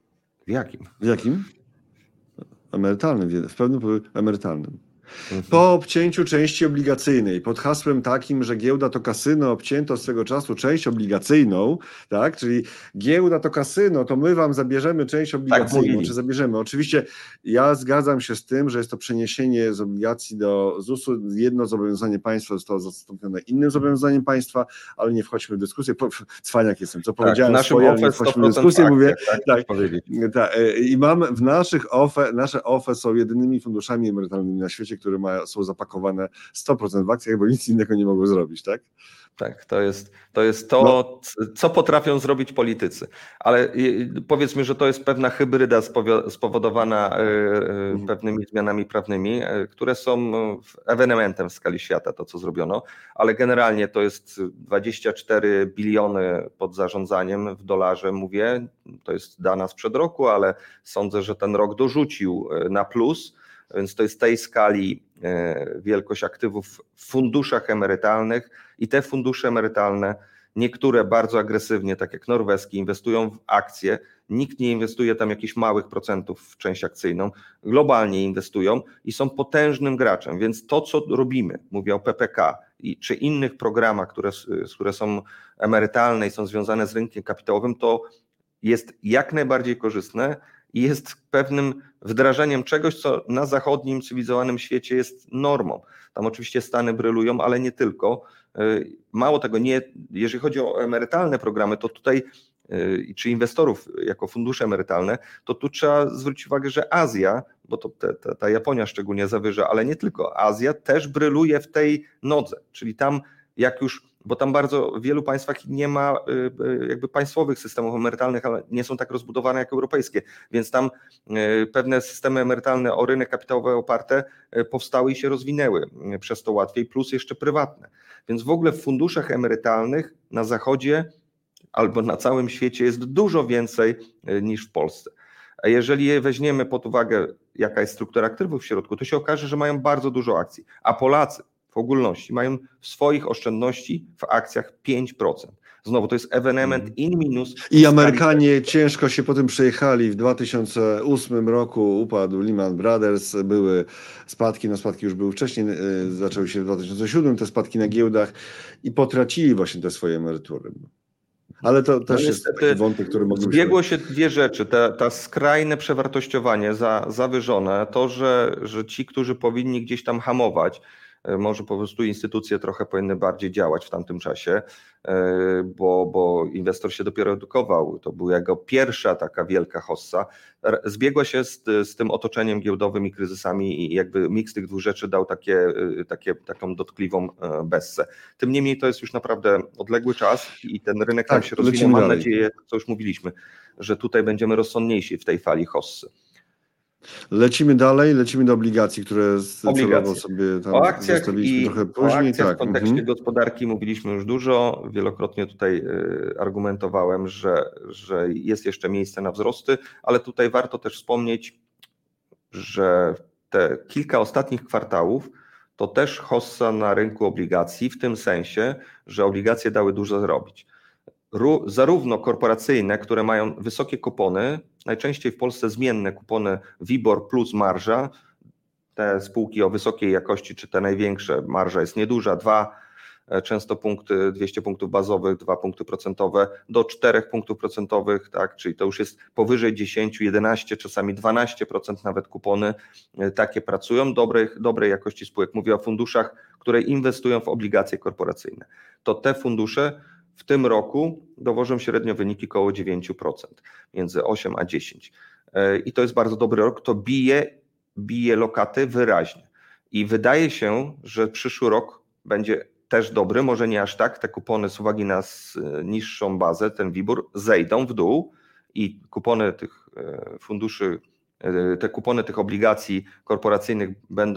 W jakim? W jakim? Emerytalnym, w pewnym produkcie emerytalnym. Po obcięciu części obligacyjnej, pod hasłem takim, że giełda to kasyno, obcięto swego czasu część obligacyjną, tak, czyli giełda to kasyno, to my wam zabierzemy część obligacyjną, tak, czy zabierzemy. Oczywiście ja zgadzam się z tym, że jest to przeniesienie z obligacji do Z U S-u, jedno zobowiązanie państwa zostało zastąpione innym zobowiązaniem państwa, ale nie wchodźmy w dyskusję, cwaniak jestem, co tak, powiedziałem swoje, ale nie wchodźmy w dyskusję, akcje, mówię, tak, tak, tak, i mam w naszych O F E, nasze O F E są jedynymi funduszami emerytalnymi na świecie, które mają, są zapakowane sto procent w akcjach, bo nic innego nie mogą zrobić, tak? Tak, to jest to, jest to no. co potrafią zrobić politycy. Ale powiedzmy, że to jest pewna hybryda spowodowana pewnymi zmianami prawnymi, które są ewenementem w skali świata, to co zrobiono, ale generalnie to jest dwadzieścia cztery biliony pod zarządzaniem w dolarze, mówię, to jest dana sprzed roku, ale sądzę, że ten rok dorzucił na plus, więc to jest tej skali wielkość aktywów w funduszach emerytalnych i te fundusze emerytalne, niektóre bardzo agresywnie, tak jak norweski, inwestują w akcje, nikt nie inwestuje tam jakichś małych procentów w część akcyjną, globalnie inwestują i są potężnym graczem, więc to co robimy, mówię o P P K i, czy innych programach, które, które są emerytalne i są związane z rynkiem kapitałowym, to jest jak najbardziej korzystne i jest pewnym wdrażaniem czegoś, co na zachodnim, cywilizowanym świecie jest normą. Tam oczywiście Stany brylują, ale nie tylko. Mało tego, nie, jeżeli chodzi o emerytalne programy, to tutaj, czy inwestorów jako fundusze emerytalne, to tu trzeba zwrócić uwagę, że Azja, bo to te, te, ta Japonia szczególnie zawyża, ale nie tylko, Azja też bryluje w tej nodze, czyli tam jak już, bo tam bardzo w wielu państwach nie ma jakby państwowych systemów emerytalnych, ale nie są tak rozbudowane jak europejskie, więc tam pewne systemy emerytalne o rynek kapitałowy oparte powstały i się rozwinęły, przez to łatwiej, plus jeszcze prywatne. Więc w ogóle w funduszach emerytalnych na zachodzie albo na całym świecie jest dużo więcej niż w Polsce. A jeżeli weźmiemy pod uwagę, jaka jest struktura aktywów w środku, to się okaże, że mają bardzo dużo akcji, a Polacy w ogólności mają w swoich oszczędności w akcjach pięć procent. Znowu to jest ewenement in minus. I Amerykanie ciężko się po tym przejechali. W dwa tysiące ósmym roku upadł Lehman Brothers, były spadki, no spadki już były wcześniej, zaczęły się w dwa tysiące siódmym, te spadki na giełdach i potracili właśnie te swoje emerytury. Ale to też no jest taki wątek, który moglibyśmy... Zbiegło się dwie rzeczy, ta, ta skrajne przewartościowanie za, zawyżone, to, że, że ci, którzy powinni gdzieś tam hamować, może po prostu instytucje trochę powinny bardziej działać w tamtym czasie, bo, bo inwestor się dopiero edukował. To była jego pierwsza taka wielka hossa. Zbiegła się z, z tym otoczeniem giełdowym i kryzysami i jakby miks tych dwóch rzeczy dał takie, takie, taką dotkliwą bessę. Tym niemniej to jest już naprawdę odległy czas i ten rynek tam tak, się rozwinął. Mam dalej. nadzieję, co już mówiliśmy, że tutaj będziemy rozsądniejsi w tej fali hossy. Lecimy dalej, lecimy do obligacji, które celowo sobie tam o akcjach zostawiliśmy i trochę później. O akcjach tak. w kontekście mhm. gospodarki mówiliśmy już dużo. Wielokrotnie tutaj argumentowałem, że, że jest jeszcze miejsce na wzrosty, ale tutaj warto też wspomnieć, że te kilka ostatnich kwartałów to też hossa na rynku obligacji, w tym sensie, że obligacje dały dużo zarobić. Zarówno korporacyjne, które mają wysokie kupony, najczęściej w Polsce zmienne kupony WIBOR plus marża, te spółki o wysokiej jakości, czy te największe, marża jest nieduża, dwa, często punkty, dwieście punktów bazowych, dwa punkty procentowe, do czterech punktów procentowych, tak, czyli to już jest powyżej dziesięć, jedenaście, czasami dwanaście procent nawet kupony takie pracują, dobrej, dobrej jakości spółek. Mówię o funduszach, które inwestują w obligacje korporacyjne. To te fundusze w tym roku dowożą średnio wyniki koło dziewięć procent, między osiem a dziesięć. I to jest bardzo dobry rok, to bije, bije lokaty wyraźnie. I wydaje się, że przyszły rok będzie też dobry, może nie aż tak, te kupony z uwagi na niższą bazę, ten WIBOR, zejdą w dół i kupony tych funduszy, te kupony tych obligacji korporacyjnych będą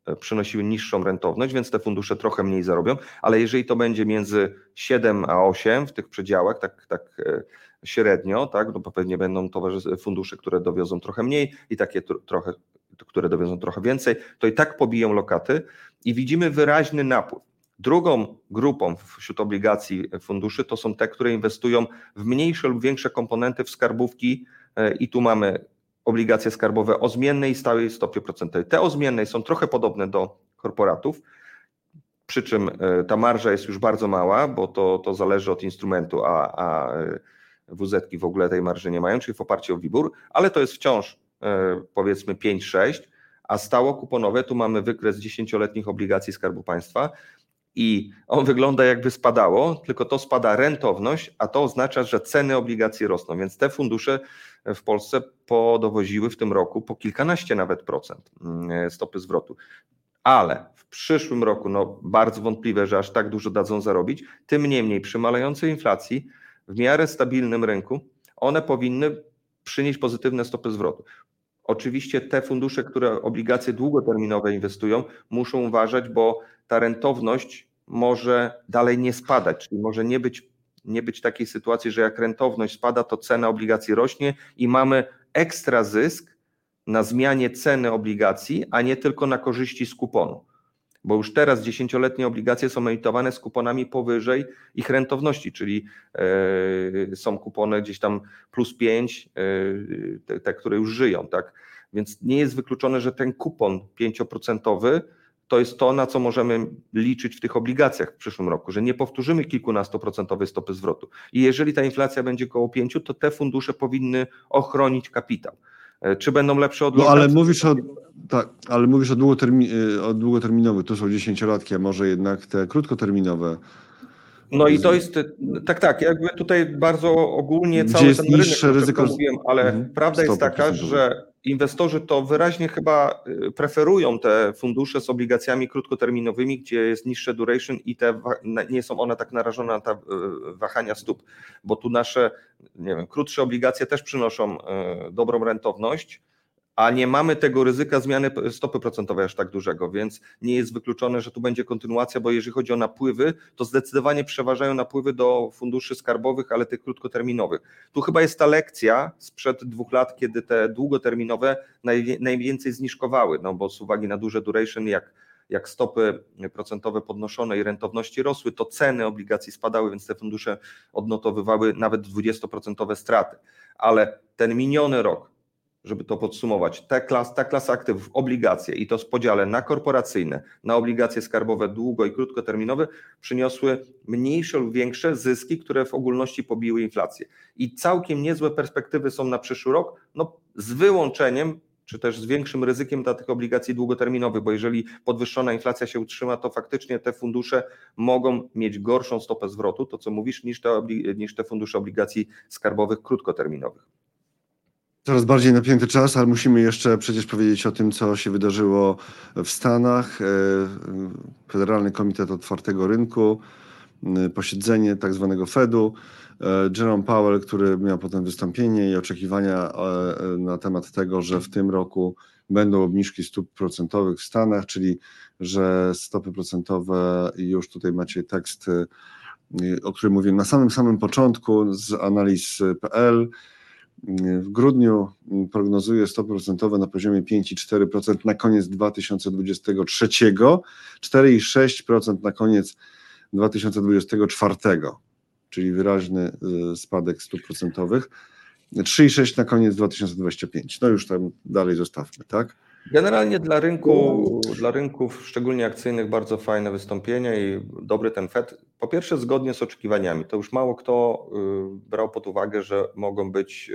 przynosiły niższą rentowność, więc te fundusze trochę mniej zarobią, ale jeżeli to będzie między siedem a osiem w tych przedziałach, tak, tak średnio, tak, no bo pewnie będą fundusze, które dowiozą trochę mniej i takie trochę, które dowiozą trochę więcej, to i tak pobiją lokaty i widzimy wyraźny napływ. Drugą grupą wśród obligacji funduszy to są te, które inwestują w mniejsze lub większe komponenty w skarbówki i tu mamy obligacje skarbowe o zmiennej i stałej stopie procentowej. Te o zmiennej są trochę podobne do korporatów, przy czym ta marża jest już bardzo mała, bo to, to zależy od instrumentu, a, a W Z-ki w ogóle tej marży nie mają, czyli w oparciu o WIBOR, ale to jest wciąż powiedzmy pięć sześć, a stało kuponowe, tu mamy wykres dziesięcioletnich obligacji Skarbu Państwa i on wygląda jakby spadało, tylko to spada rentowność, a to oznacza, że ceny obligacji rosną, więc te fundusze w Polsce podowoziły w tym roku po kilkanaście nawet procent stopy zwrotu. Ale w przyszłym roku no bardzo wątpliwe, że aż tak dużo dadzą zarobić, tym niemniej przy malejącej inflacji w miarę stabilnym rynku one powinny przynieść pozytywne stopy zwrotu. Oczywiście te fundusze, które obligacje długoterminowe inwestują, muszą uważać, bo ta rentowność może dalej nie spadać, czyli może nie być, nie być takiej sytuacji, że jak rentowność spada, to cena obligacji rośnie i mamy ekstra zysk na zmianie ceny obligacji, a nie tylko na korzyści z kuponu. Bo już teraz dziesięcioletnie obligacje są emitowane z kuponami powyżej ich rentowności, czyli yy, są kupony gdzieś tam plus pięć, yy, te, te, które już żyją, tak? Więc nie jest wykluczone, że ten kupon pięcioprocentowy to jest to, na co możemy liczyć w tych obligacjach w przyszłym roku, że nie powtórzymy kilkunastoprocentowej stopy zwrotu. I jeżeli ta inflacja będzie koło pięciu, to te fundusze powinny ochronić kapitał. Czy będą lepsze od No lokacji? ale mówisz o, tak, ale mówisz o, długotermi, o długoterminowych, to są dziesięciolatki, a może jednak te krótkoterminowe. No i to jest, tak, tak, jakby tutaj bardzo ogólnie Gdzie cały jest ten niższe rynek, ryzyko, mówiłem, ale mhm, prawda jest taka, procentowe. że inwestorzy to wyraźnie chyba preferują te fundusze z obligacjami krótkoterminowymi, gdzie jest niższe duration i te nie są one tak narażone na te wahania stóp, bo tu nasze, nie wiem, krótsze obligacje też przynoszą dobrą rentowność, a nie mamy tego ryzyka zmiany stopy procentowej aż tak dużego, więc nie jest wykluczone, że tu będzie kontynuacja, bo jeżeli chodzi o napływy, to zdecydowanie przeważają napływy do funduszy skarbowych, ale tych krótkoterminowych. Tu chyba jest ta lekcja sprzed dwóch lat, kiedy te długoterminowe naj, najwięcej zniżkowały, no bo z uwagi na duże duration, jak, jak stopy procentowe podnoszone i rentowności rosły, to ceny obligacji spadały, więc te fundusze odnotowywały nawet dwudziestoprocentowe straty. Ale ten miniony rok, żeby to podsumować, ta klasa, ta klasa aktywów, obligacje i to z podziale na korporacyjne, na obligacje skarbowe długo- i krótkoterminowe przyniosły mniejsze lub większe zyski, które w ogólności pobiły inflację. I całkiem niezłe perspektywy są na przyszły rok, no z wyłączeniem, czy też z większym ryzykiem dla tych obligacji długoterminowych, bo jeżeli podwyższona inflacja się utrzyma, to faktycznie te fundusze mogą mieć gorszą stopę zwrotu, to co mówisz, niż te, niż te fundusze obligacji skarbowych krótkoterminowych. Coraz bardziej napięty czas, ale musimy jeszcze przecież powiedzieć o tym, co się wydarzyło w Stanach. Federalny Komitet Otwartego Rynku, posiedzenie tak zwanego Fedu. Jerome Powell, który miał potem wystąpienie i oczekiwania na temat tego, że w tym roku będą obniżki stóp procentowych w Stanach, czyli że stopy procentowe, i już tutaj macie tekst, o którym mówiłem na samym samym początku z analiz kropka p l. W grudniu prognozuje stopy procentowe na poziomie pięć i cztery procent na koniec dwa tysiące dwudziestego trzeciego, cztery i sześć procent na koniec dwa tysiące dwudziestego czwartego, czyli wyraźny spadek stóp procentowych, trzy i sześć na koniec dwa tysiące dwudziestego piątego. No już tam dalej zostawmy, tak? Generalnie dla rynku, dla rynków, szczególnie akcyjnych, bardzo fajne wystąpienie i dobry ten Fed. Po pierwsze, zgodnie z oczekiwaniami. To już mało kto brał pod uwagę, że mogą być,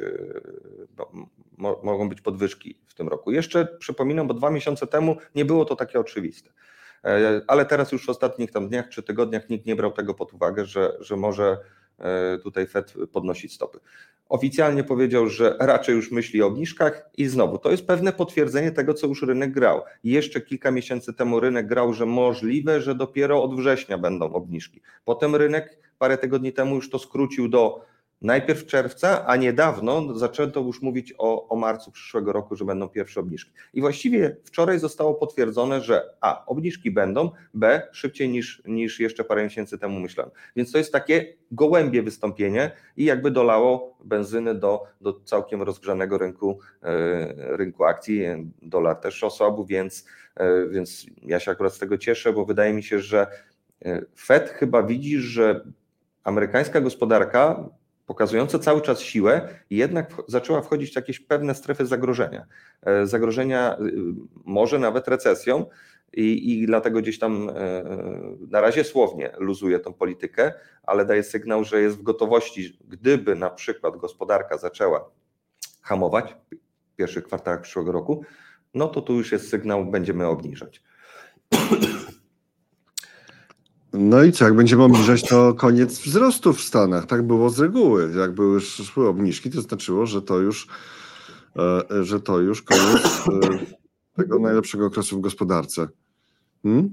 mo, mogą być podwyżki w tym roku. Jeszcze przypominam, bo dwa miesiące temu nie było to takie oczywiste. Ale teraz już w ostatnich tam dniach czy tygodniach nikt nie brał tego pod uwagę, że, że może tutaj Fed podnosić stopy. Oficjalnie powiedział, że raczej już myśli o obniżkach i znowu to jest pewne potwierdzenie tego, co już rynek grał. Jeszcze kilka miesięcy temu rynek grał, że możliwe, że dopiero od września będą obniżki. Potem rynek parę tygodni temu już to skrócił do Najpierw czerwca, a niedawno zaczęto już mówić o, o marcu przyszłego roku, że będą pierwsze obniżki. I właściwie wczoraj zostało potwierdzone, że a, obniżki będą, b, szybciej niż, niż jeszcze parę miesięcy temu myślałem. Więc to jest takie gołębie wystąpienie i jakby dolało benzyny do, do całkiem rozgrzanego rynku, e, rynku akcji. Dolar też osłabł, więc, e, więc ja się akurat z tego cieszę, bo wydaje mi się, że Fed chyba widzi, że amerykańska gospodarka pokazująca cały czas siłę, jednak zaczęła wchodzić w jakieś pewne strefy zagrożenia. Zagrożenia może nawet recesją i, i dlatego gdzieś tam na razie słownie luzuje tą politykę, ale daje sygnał, że jest w gotowości, gdyby na przykład gospodarka zaczęła hamować w pierwszych kwartałach przyszłego roku, no to tu już jest sygnał, będziemy obniżać. No i co, jak będziemy obniżać, to koniec wzrostu w Stanach. Tak było z reguły. Jak były szły obniżki, to znaczyło, że to już, że to już koniec tego najlepszego okresu w gospodarce. Hmm?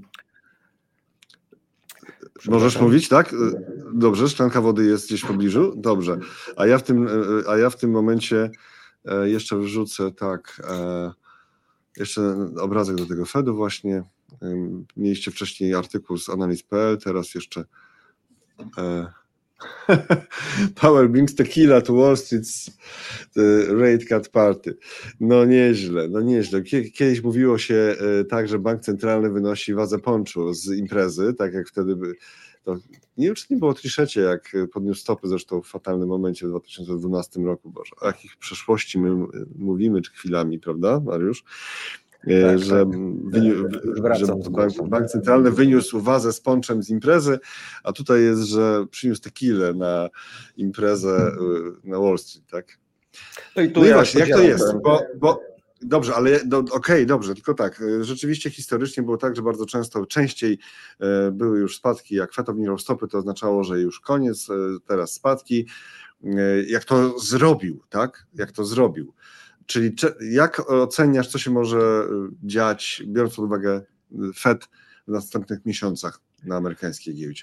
Możesz mówić, tak? Dobrze, szklanka wody jest gdzieś w pobliżu? Dobrze. A ja w tym, a ja w tym momencie jeszcze wrzucę tak, jeszcze obrazek do tego Fedu właśnie. Mieliście wcześniej artykuł z analiz kropka p l, teraz jeszcze e, Power brings tequila to Wall Street's rate cut party. No nieźle, no nieźle. Kiedyś mówiło się tak, że bank centralny wynosi wazę ponczu z imprezy, tak jak wtedy by, to nie wiem, czy nie było Triszecie, jak podniósł stopy, zresztą w fatalnym momencie w dwa tysiące dwunastym roku. Boże, o jakich przeszłości my mówimy, czy chwilami, prawda, Mariusz? Tak, że, tak. Wyniu, że bank, bank centralny wyniósł wazę z ponczem z imprezy, a tutaj jest, że przyniósł tequilę na imprezę na Wall Street, tak? No i tu no ja i właśnie, jak to jest? Bo, bo, dobrze, ale do, okej, okay, dobrze, tylko tak, rzeczywiście historycznie było tak, że bardzo często, częściej były już spadki, jak Fed obniżał stopy, to oznaczało, że już koniec, teraz spadki. Jak to zrobił, tak? Jak to zrobił. Czyli jak oceniasz, co się może dziać, biorąc pod uwagę Fed w następnych miesiącach na amerykańskiej giełdzie?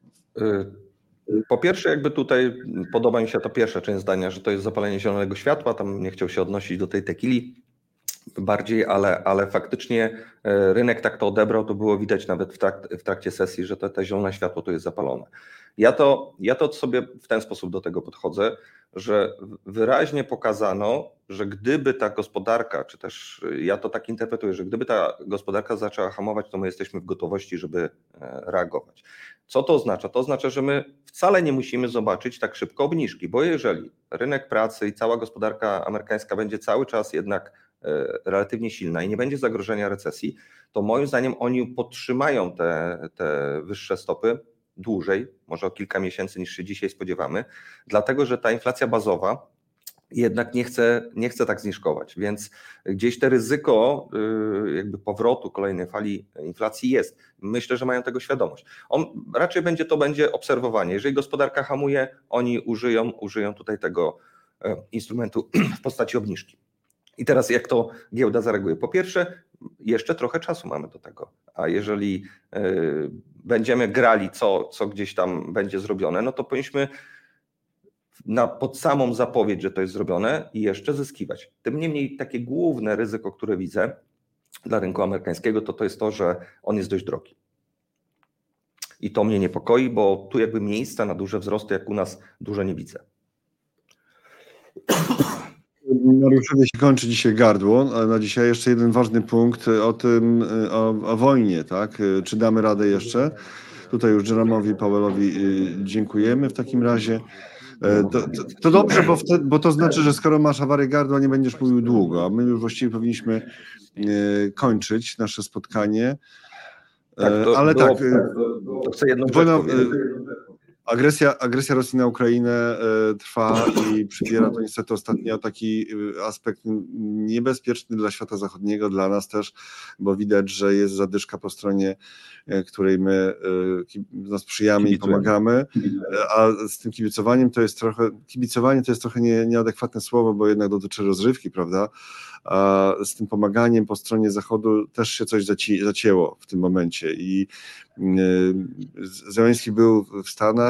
Po pierwsze, jakby tutaj podoba mi się ta pierwsza część zdania, że to jest zapalenie zielonego światła, tam nie chciał się odnosić do tej tequili bardziej, ale, ale faktycznie rynek tak to odebrał, to było widać nawet w, trakt, w trakcie sesji, że to, to zielone światło tu jest zapalone. Ja to, ja to sobie w ten sposób do tego podchodzę, że wyraźnie pokazano, że gdyby ta gospodarka, czy też ja to tak interpretuję, że gdyby ta gospodarka zaczęła hamować, to my jesteśmy w gotowości, żeby reagować. Co to oznacza? To oznacza, że my wcale nie musimy zobaczyć tak szybko obniżki, bo jeżeli rynek pracy i cała gospodarka amerykańska będzie cały czas jednak relatywnie silna i nie będzie zagrożenia recesji, to moim zdaniem oni podtrzymają te, te wyższe stopy dłużej, może o kilka miesięcy niż się dzisiaj spodziewamy, dlatego że ta inflacja bazowa jednak nie chce, nie chce tak zniżkować, więc gdzieś te ryzyko jakby powrotu kolejnej fali inflacji jest. Myślę, że mają tego świadomość. On raczej będzie to będzie obserwowanie. Jeżeli gospodarka hamuje, oni użyją, użyją tutaj tego instrumentu w postaci obniżki. I teraz jak to giełda zareaguje? Po pierwsze, jeszcze trochę czasu mamy do tego, a jeżeli y, będziemy grali, co, co gdzieś tam będzie zrobione, no to powinniśmy na, pod samą zapowiedź, że to jest zrobione i jeszcze zyskiwać. Tym niemniej takie główne ryzyko, które widzę dla rynku amerykańskiego, to to jest to, że on jest dość drogi. I to mnie niepokoi, bo tu jakby miejsca na duże wzrosty, jak u nas, dużo nie widzę. Mariuszowi się kończy dzisiaj gardło, a na dzisiaj jeszcze jeden ważny punkt o tym, o, o wojnie, tak? Czy damy radę jeszcze? Tutaj już Jeromowi Powellowi dziękujemy w takim razie. To, to, to dobrze, bo, wtedy, bo to znaczy, że skoro masz awarię gardła, nie będziesz mówił długo, a my już właściwie powinniśmy kończyć nasze spotkanie. Tak, to ale było, tak, to chcę jedną rzecz powiedzieć. Agresja, agresja Rosji na Ukrainę y, trwa i przybiera to niestety ostatnio taki aspekt niebezpieczny dla świata zachodniego, dla nas też, bo widać, że jest zadyszka po stronie, y, której my y, no, sprzyjamy Kibicujemy. I pomagamy, a z tym kibicowaniem to jest trochę, kibicowanie to jest trochę nie, nieadekwatne słowo, bo jednak dotyczy rozrywki, prawda? A z tym pomaganiem po stronie Zachodu też się coś zaci- zacięło w tym momencie i Zełenski był w Stanach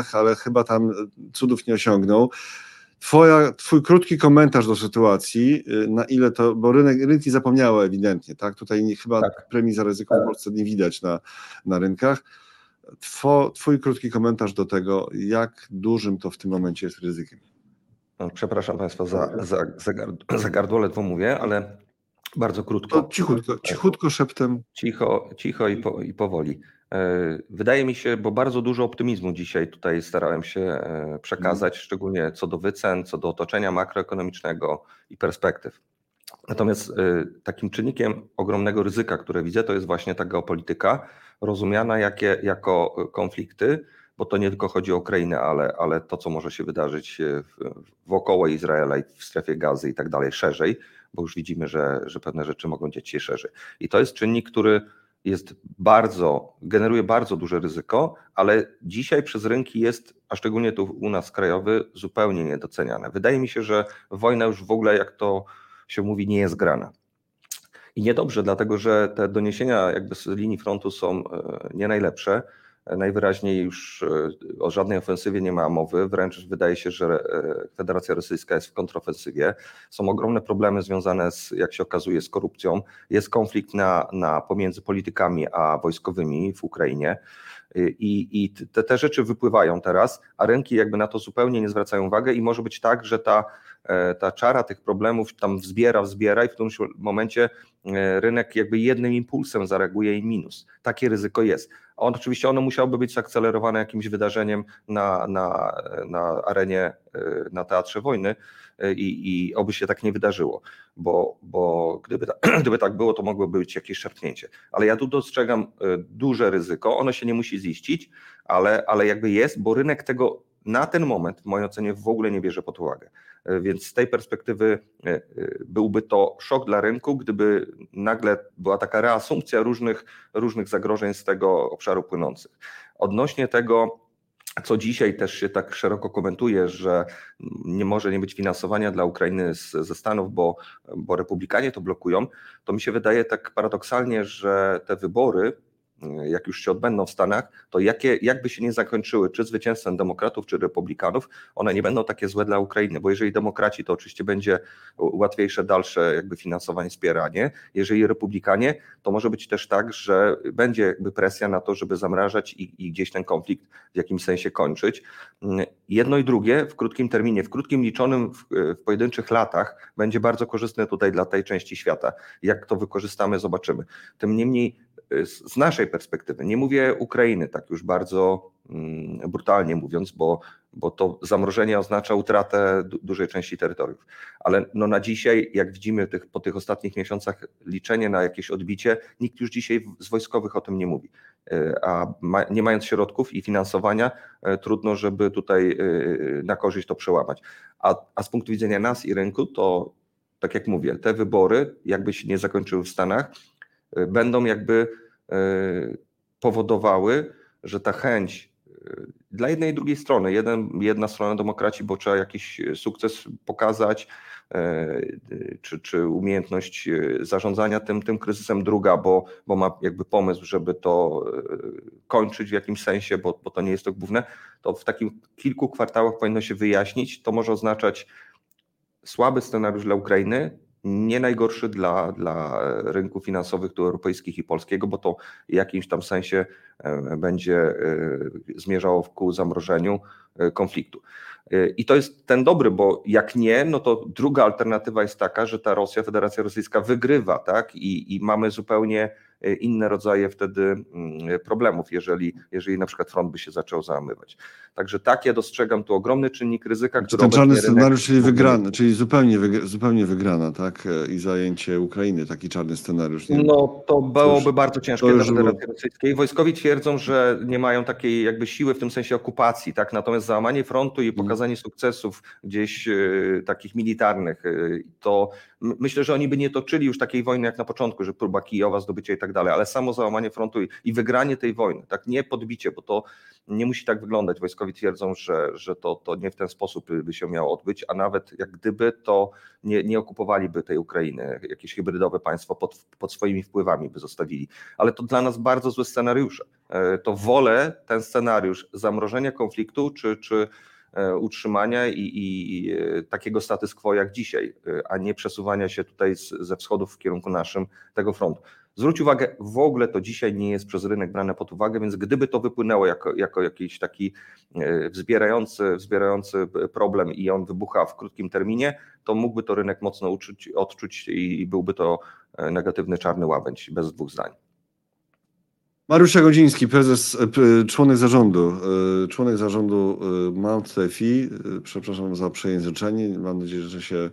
dniach, ale chyba tam cudów nie osiągną. Twoja, twój krótki komentarz do sytuacji, na ile to, bo rynek, rynki zapomniały ewidentnie, tak? Tutaj nie, chyba Tak. premii za ryzyko w Polsce nie widać na, na rynkach. Two, twój krótki komentarz do tego, jak dużym to w tym momencie jest ryzykiem. No, przepraszam Państwa za, za, za, gardło, za gardło, ledwo mówię, ale bardzo krótko. To cichutko, cichutko szeptem. Cicho, cicho i, po, i powoli. Wydaje mi się, bo bardzo dużo optymizmu dzisiaj tutaj starałem się przekazać, mm. szczególnie co do wycen, co do otoczenia makroekonomicznego i perspektyw. Natomiast takim czynnikiem ogromnego ryzyka, które widzę, to jest właśnie ta geopolityka, rozumiana jakie, jako konflikty, bo to nie tylko chodzi o Ukrainę, ale, ale to, co może się wydarzyć wokoło Izraela i w strefie Gazy i tak dalej szerzej, bo już widzimy, że, że pewne rzeczy mogą dziać się szerzej. I to jest czynnik, który jest bardzo, generuje bardzo duże ryzyko, ale dzisiaj przez rynki jest, a szczególnie tu u nas krajowy, zupełnie niedoceniane. Wydaje mi się, że wojna już w ogóle, jak to się mówi, nie jest grana. I niedobrze, dlatego że te doniesienia jakby z linii frontu są nie najlepsze. Najwyraźniej już o żadnej ofensywie nie ma mowy, wręcz wydaje się, że Federacja Rosyjska jest w kontrofensywie. Są ogromne problemy związane z, jak się okazuje, z korupcją. Jest konflikt na, na pomiędzy politykami a wojskowymi w Ukrainie i, i te, te rzeczy wypływają teraz, a rynki jakby na to zupełnie nie zwracają uwagi i może być tak, że ta, ta czara tych problemów tam wzbiera, wzbiera i w którymś momencie rynek jakby jednym impulsem zareaguje i minus. Takie ryzyko jest. On, oczywiście ono musiałoby być zaakcelerowane jakimś wydarzeniem na, na, na arenie, na teatrze wojny i, i oby się tak nie wydarzyło, bo, bo gdyby, gdyby tak było, to mogłoby być jakieś szarpnięcie. Ale ja tu dostrzegam duże ryzyko, ono się nie musi ziścić, ale, ale jakby jest, bo rynek tego na ten moment w mojej ocenie w ogóle nie bierze pod uwagę. Więc z tej perspektywy byłby to szok dla rynku, gdyby nagle była taka reasumpcja różnych, różnych zagrożeń z tego obszaru płynących. Odnośnie tego, co dzisiaj też się tak szeroko komentuje, że nie może nie być finansowania dla Ukrainy z, ze Stanów, bo, bo republikanie to blokują, to mi się wydaje tak paradoksalnie, że te wybory, jak już się odbędą w Stanach, to jakie, jakby się nie zakończyły, czy zwycięstwem demokratów, czy republikanów, one nie będą takie złe dla Ukrainy, bo jeżeli demokraci, to oczywiście będzie łatwiejsze dalsze jakby finansowanie, wspieranie. Jeżeli republikanie, to może być też tak, że będzie jakby presja na to, żeby zamrażać i, i gdzieś ten konflikt w jakimś sensie kończyć. Jedno i drugie w krótkim terminie, w krótkim liczonym w, w pojedynczych latach będzie bardzo korzystne tutaj dla tej części świata. Jak to wykorzystamy, zobaczymy. Tym niemniej z naszej perspektywy, nie mówię Ukrainy tak już bardzo brutalnie mówiąc, bo, bo to zamrożenie oznacza utratę du- dużej części terytoriów, ale no na dzisiaj, jak widzimy tych, po tych ostatnich miesiącach liczenie na jakieś odbicie, nikt już dzisiaj z wojskowych o tym nie mówi, a ma, nie mając środków i finansowania, trudno, żeby tutaj na korzyść to przełamać, a, a z punktu widzenia nas i rynku, to tak jak mówię, te wybory jakby się nie zakończyły w Stanach, będą jakby powodowały, że ta chęć dla jednej i drugiej strony, jeden, jedna strona demokraci, bo trzeba jakiś sukces pokazać, czy, czy umiejętność zarządzania tym, tym kryzysem, druga, bo, bo ma jakby pomysł, żeby to kończyć w jakimś sensie, bo, bo to nie jest to główne, to w takim kilku kwartałach powinno się wyjaśnić. To może oznaczać słaby scenariusz dla Ukrainy, nie najgorszy dla, dla rynków finansowych tu europejskich i polskiego, bo to w jakimś tam sensie będzie zmierzało ku zamrożeniu konfliktu. I to jest ten dobry, bo jak nie, no to druga alternatywa jest taka, że ta Rosja, Federacja Rosyjska wygrywa, tak? I, i mamy zupełnie inne rodzaje wtedy problemów, jeżeli, jeżeli na przykład front by się zaczął załamywać. Także tak, ja dostrzegam tu ogromny czynnik ryzyka, który ten czarny rynek... scenariusz, czyli wygrany, czyli zupełnie, wygra, zupełnie wygrana, tak? I zajęcie Ukrainy, taki czarny scenariusz. Nie? No to byłoby już, bardzo ciężkie dla Federacji Rosyjskiej. Wojskowi twierdzą, że nie mają takiej jakby siły w tym sensie okupacji, tak? Natomiast załamanie frontu i pokazanie sukcesów gdzieś y, takich militarnych, y, to myślę, że oni by nie toczyli już takiej wojny jak na początku, że próba Kijowa, zdobycia i tak tak dalej, ale samo załamanie frontu i, i wygranie tej wojny, tak, nie podbicie, bo to nie musi tak wyglądać. Wojskowi twierdzą, że, że to, to nie w ten sposób by się miało odbyć, a nawet jak gdyby, to nie, nie okupowaliby tej Ukrainy, jakieś hybrydowe państwo pod, pod swoimi wpływami by zostawili. Ale to dla nas bardzo złe scenariusze. To wolę ten scenariusz zamrożenia konfliktu, czy, czy utrzymania i, i takiego status quo jak dzisiaj, a nie przesuwania się tutaj z, ze wschodów w kierunku naszym tego frontu. Zwróć uwagę, w ogóle to dzisiaj nie jest przez rynek brane pod uwagę, więc gdyby to wypłynęło jako, jako jakiś taki wzbierający, wzbierający problem i on wybucha w krótkim terminie, to mógłby to rynek mocno uczuć, odczuć i byłby to negatywny czarny łabędź, bez dwóch zdań. Mariusz Jagodziński, prezes, członek zarządu, członek zarządu Mount T F I. Przepraszam za przejęzyczenie. Mam nadzieję, że się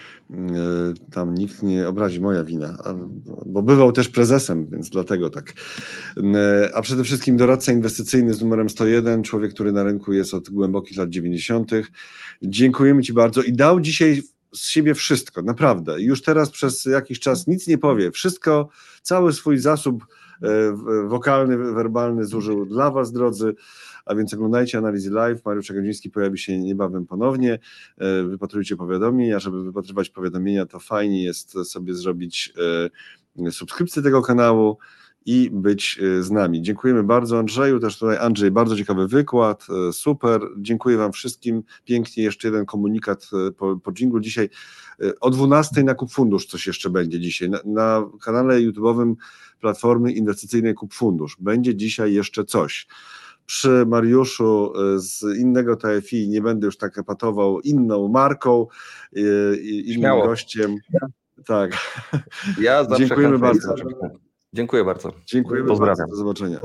tam nikt nie obrazi, moja wina, bo bywał też prezesem, więc dlatego tak. A przede wszystkim doradca inwestycyjny z numerem sto jeden, człowiek, który na rynku jest od głębokich lat dziewięćdziesiątych. Dziękujemy Ci bardzo i dał dzisiaj z siebie wszystko, naprawdę. Już teraz przez jakiś czas nic nie powie. Wszystko, cały swój zasób wokalny, werbalny zużył dla Was, drodzy, a więc oglądajcie Analizy Live. Mariusz Jagodziński pojawi się niebawem ponownie. Wypatrujcie powiadomień, a żeby wypatrywać powiadomienia, to fajnie jest sobie zrobić subskrypcję tego kanału i być z nami. Dziękujemy bardzo Andrzeju, też tutaj Andrzej, bardzo ciekawy wykład, super, dziękuję Wam wszystkim, pięknie, jeszcze jeden komunikat po, po dżinglu. Dzisiaj o dwunastej na Kup Fundusz coś jeszcze będzie dzisiaj, na, na kanale YouTube'owym Platformy Inwestycyjnej Kup Fundusz będzie dzisiaj jeszcze coś. Przy Mariuszu z innego T F I nie będę już tak epatował inną marką, innym Śmiało. gościem. Tak. Ja zawsze dziękujemy bardzo. Dziękuję bardzo. Dziękujemy Pozdrawiam. bardzo. Do zobaczenia.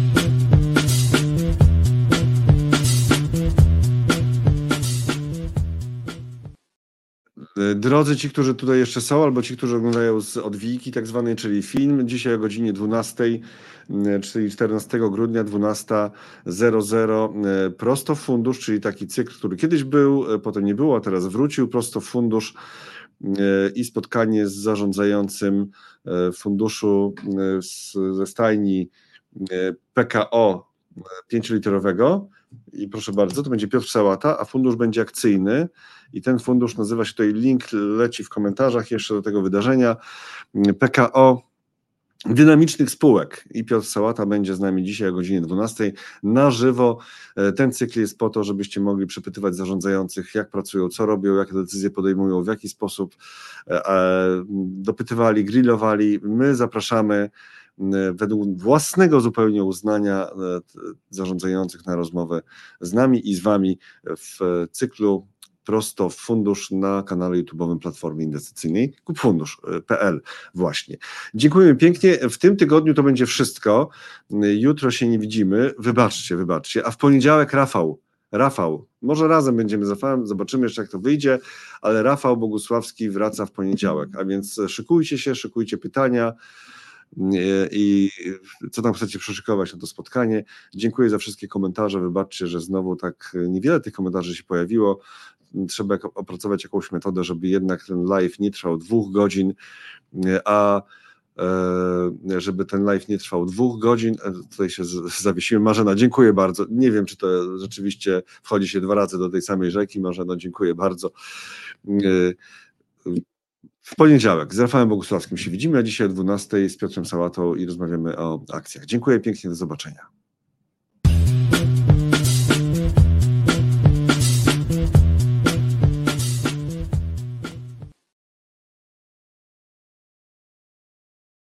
Drodzy ci, którzy tutaj jeszcze są, albo ci, którzy oglądają z odwijki tak zwanej, czyli film, dzisiaj o godzinie dwunastej, czyli czternastego grudnia, dwunasta zero zero, Prosto w Fundusz, czyli taki cykl, który kiedyś był, potem nie było, a teraz wrócił, Prosto w Fundusz i spotkanie z zarządzającym funduszu ze stajni P K O pięcioliterowego. I proszę bardzo, to będzie Piotr Sałata, a fundusz będzie akcyjny i ten fundusz nazywa się, tutaj link leci w komentarzach jeszcze do tego wydarzenia, P K O Dynamicznych Spółek i Piotr Sałata będzie z nami dzisiaj o godzinie dwunastej na żywo. Ten cykl jest po to, żebyście mogli przepytywać zarządzających, jak pracują, co robią, jakie decyzje podejmują, w jaki sposób, dopytywali, grillowali. My zapraszamy według własnego zupełnie uznania zarządzających na rozmowę z nami i z Wami w cyklu Prosto w Fundusz na kanale YouTube'owym Platformy Inwestycyjnej kup fundusz kropka p l właśnie. Dziękujemy pięknie. W tym tygodniu to będzie wszystko. Jutro się nie widzimy. Wybaczcie, wybaczcie. A w poniedziałek Rafał. Rafał. Może razem będziemy z Rafałem, zobaczymy jeszcze jak to wyjdzie, ale Rafał Bogusławski wraca w poniedziałek, a więc szykujcie się, szykujcie pytania i co tam chcecie przeszykować na to spotkanie. Dziękuję za wszystkie komentarze, wybaczcie, że znowu tak niewiele tych komentarzy się pojawiło. Trzeba opracować jakąś metodę, żeby jednak ten live nie trwał dwóch godzin, a żeby ten live nie trwał dwóch godzin. Tutaj się zawiesiłem. Marzena, dziękuję bardzo. Nie wiem, czy to rzeczywiście wchodzi się dwa razy do tej samej rzeki. Marzena, dziękuję bardzo. W poniedziałek z Rafałem Bogusławskim się widzimy, a dzisiaj o dwunastej z Piotrem Sałatą i rozmawiamy o akcjach. Dziękuję pięknie, do zobaczenia.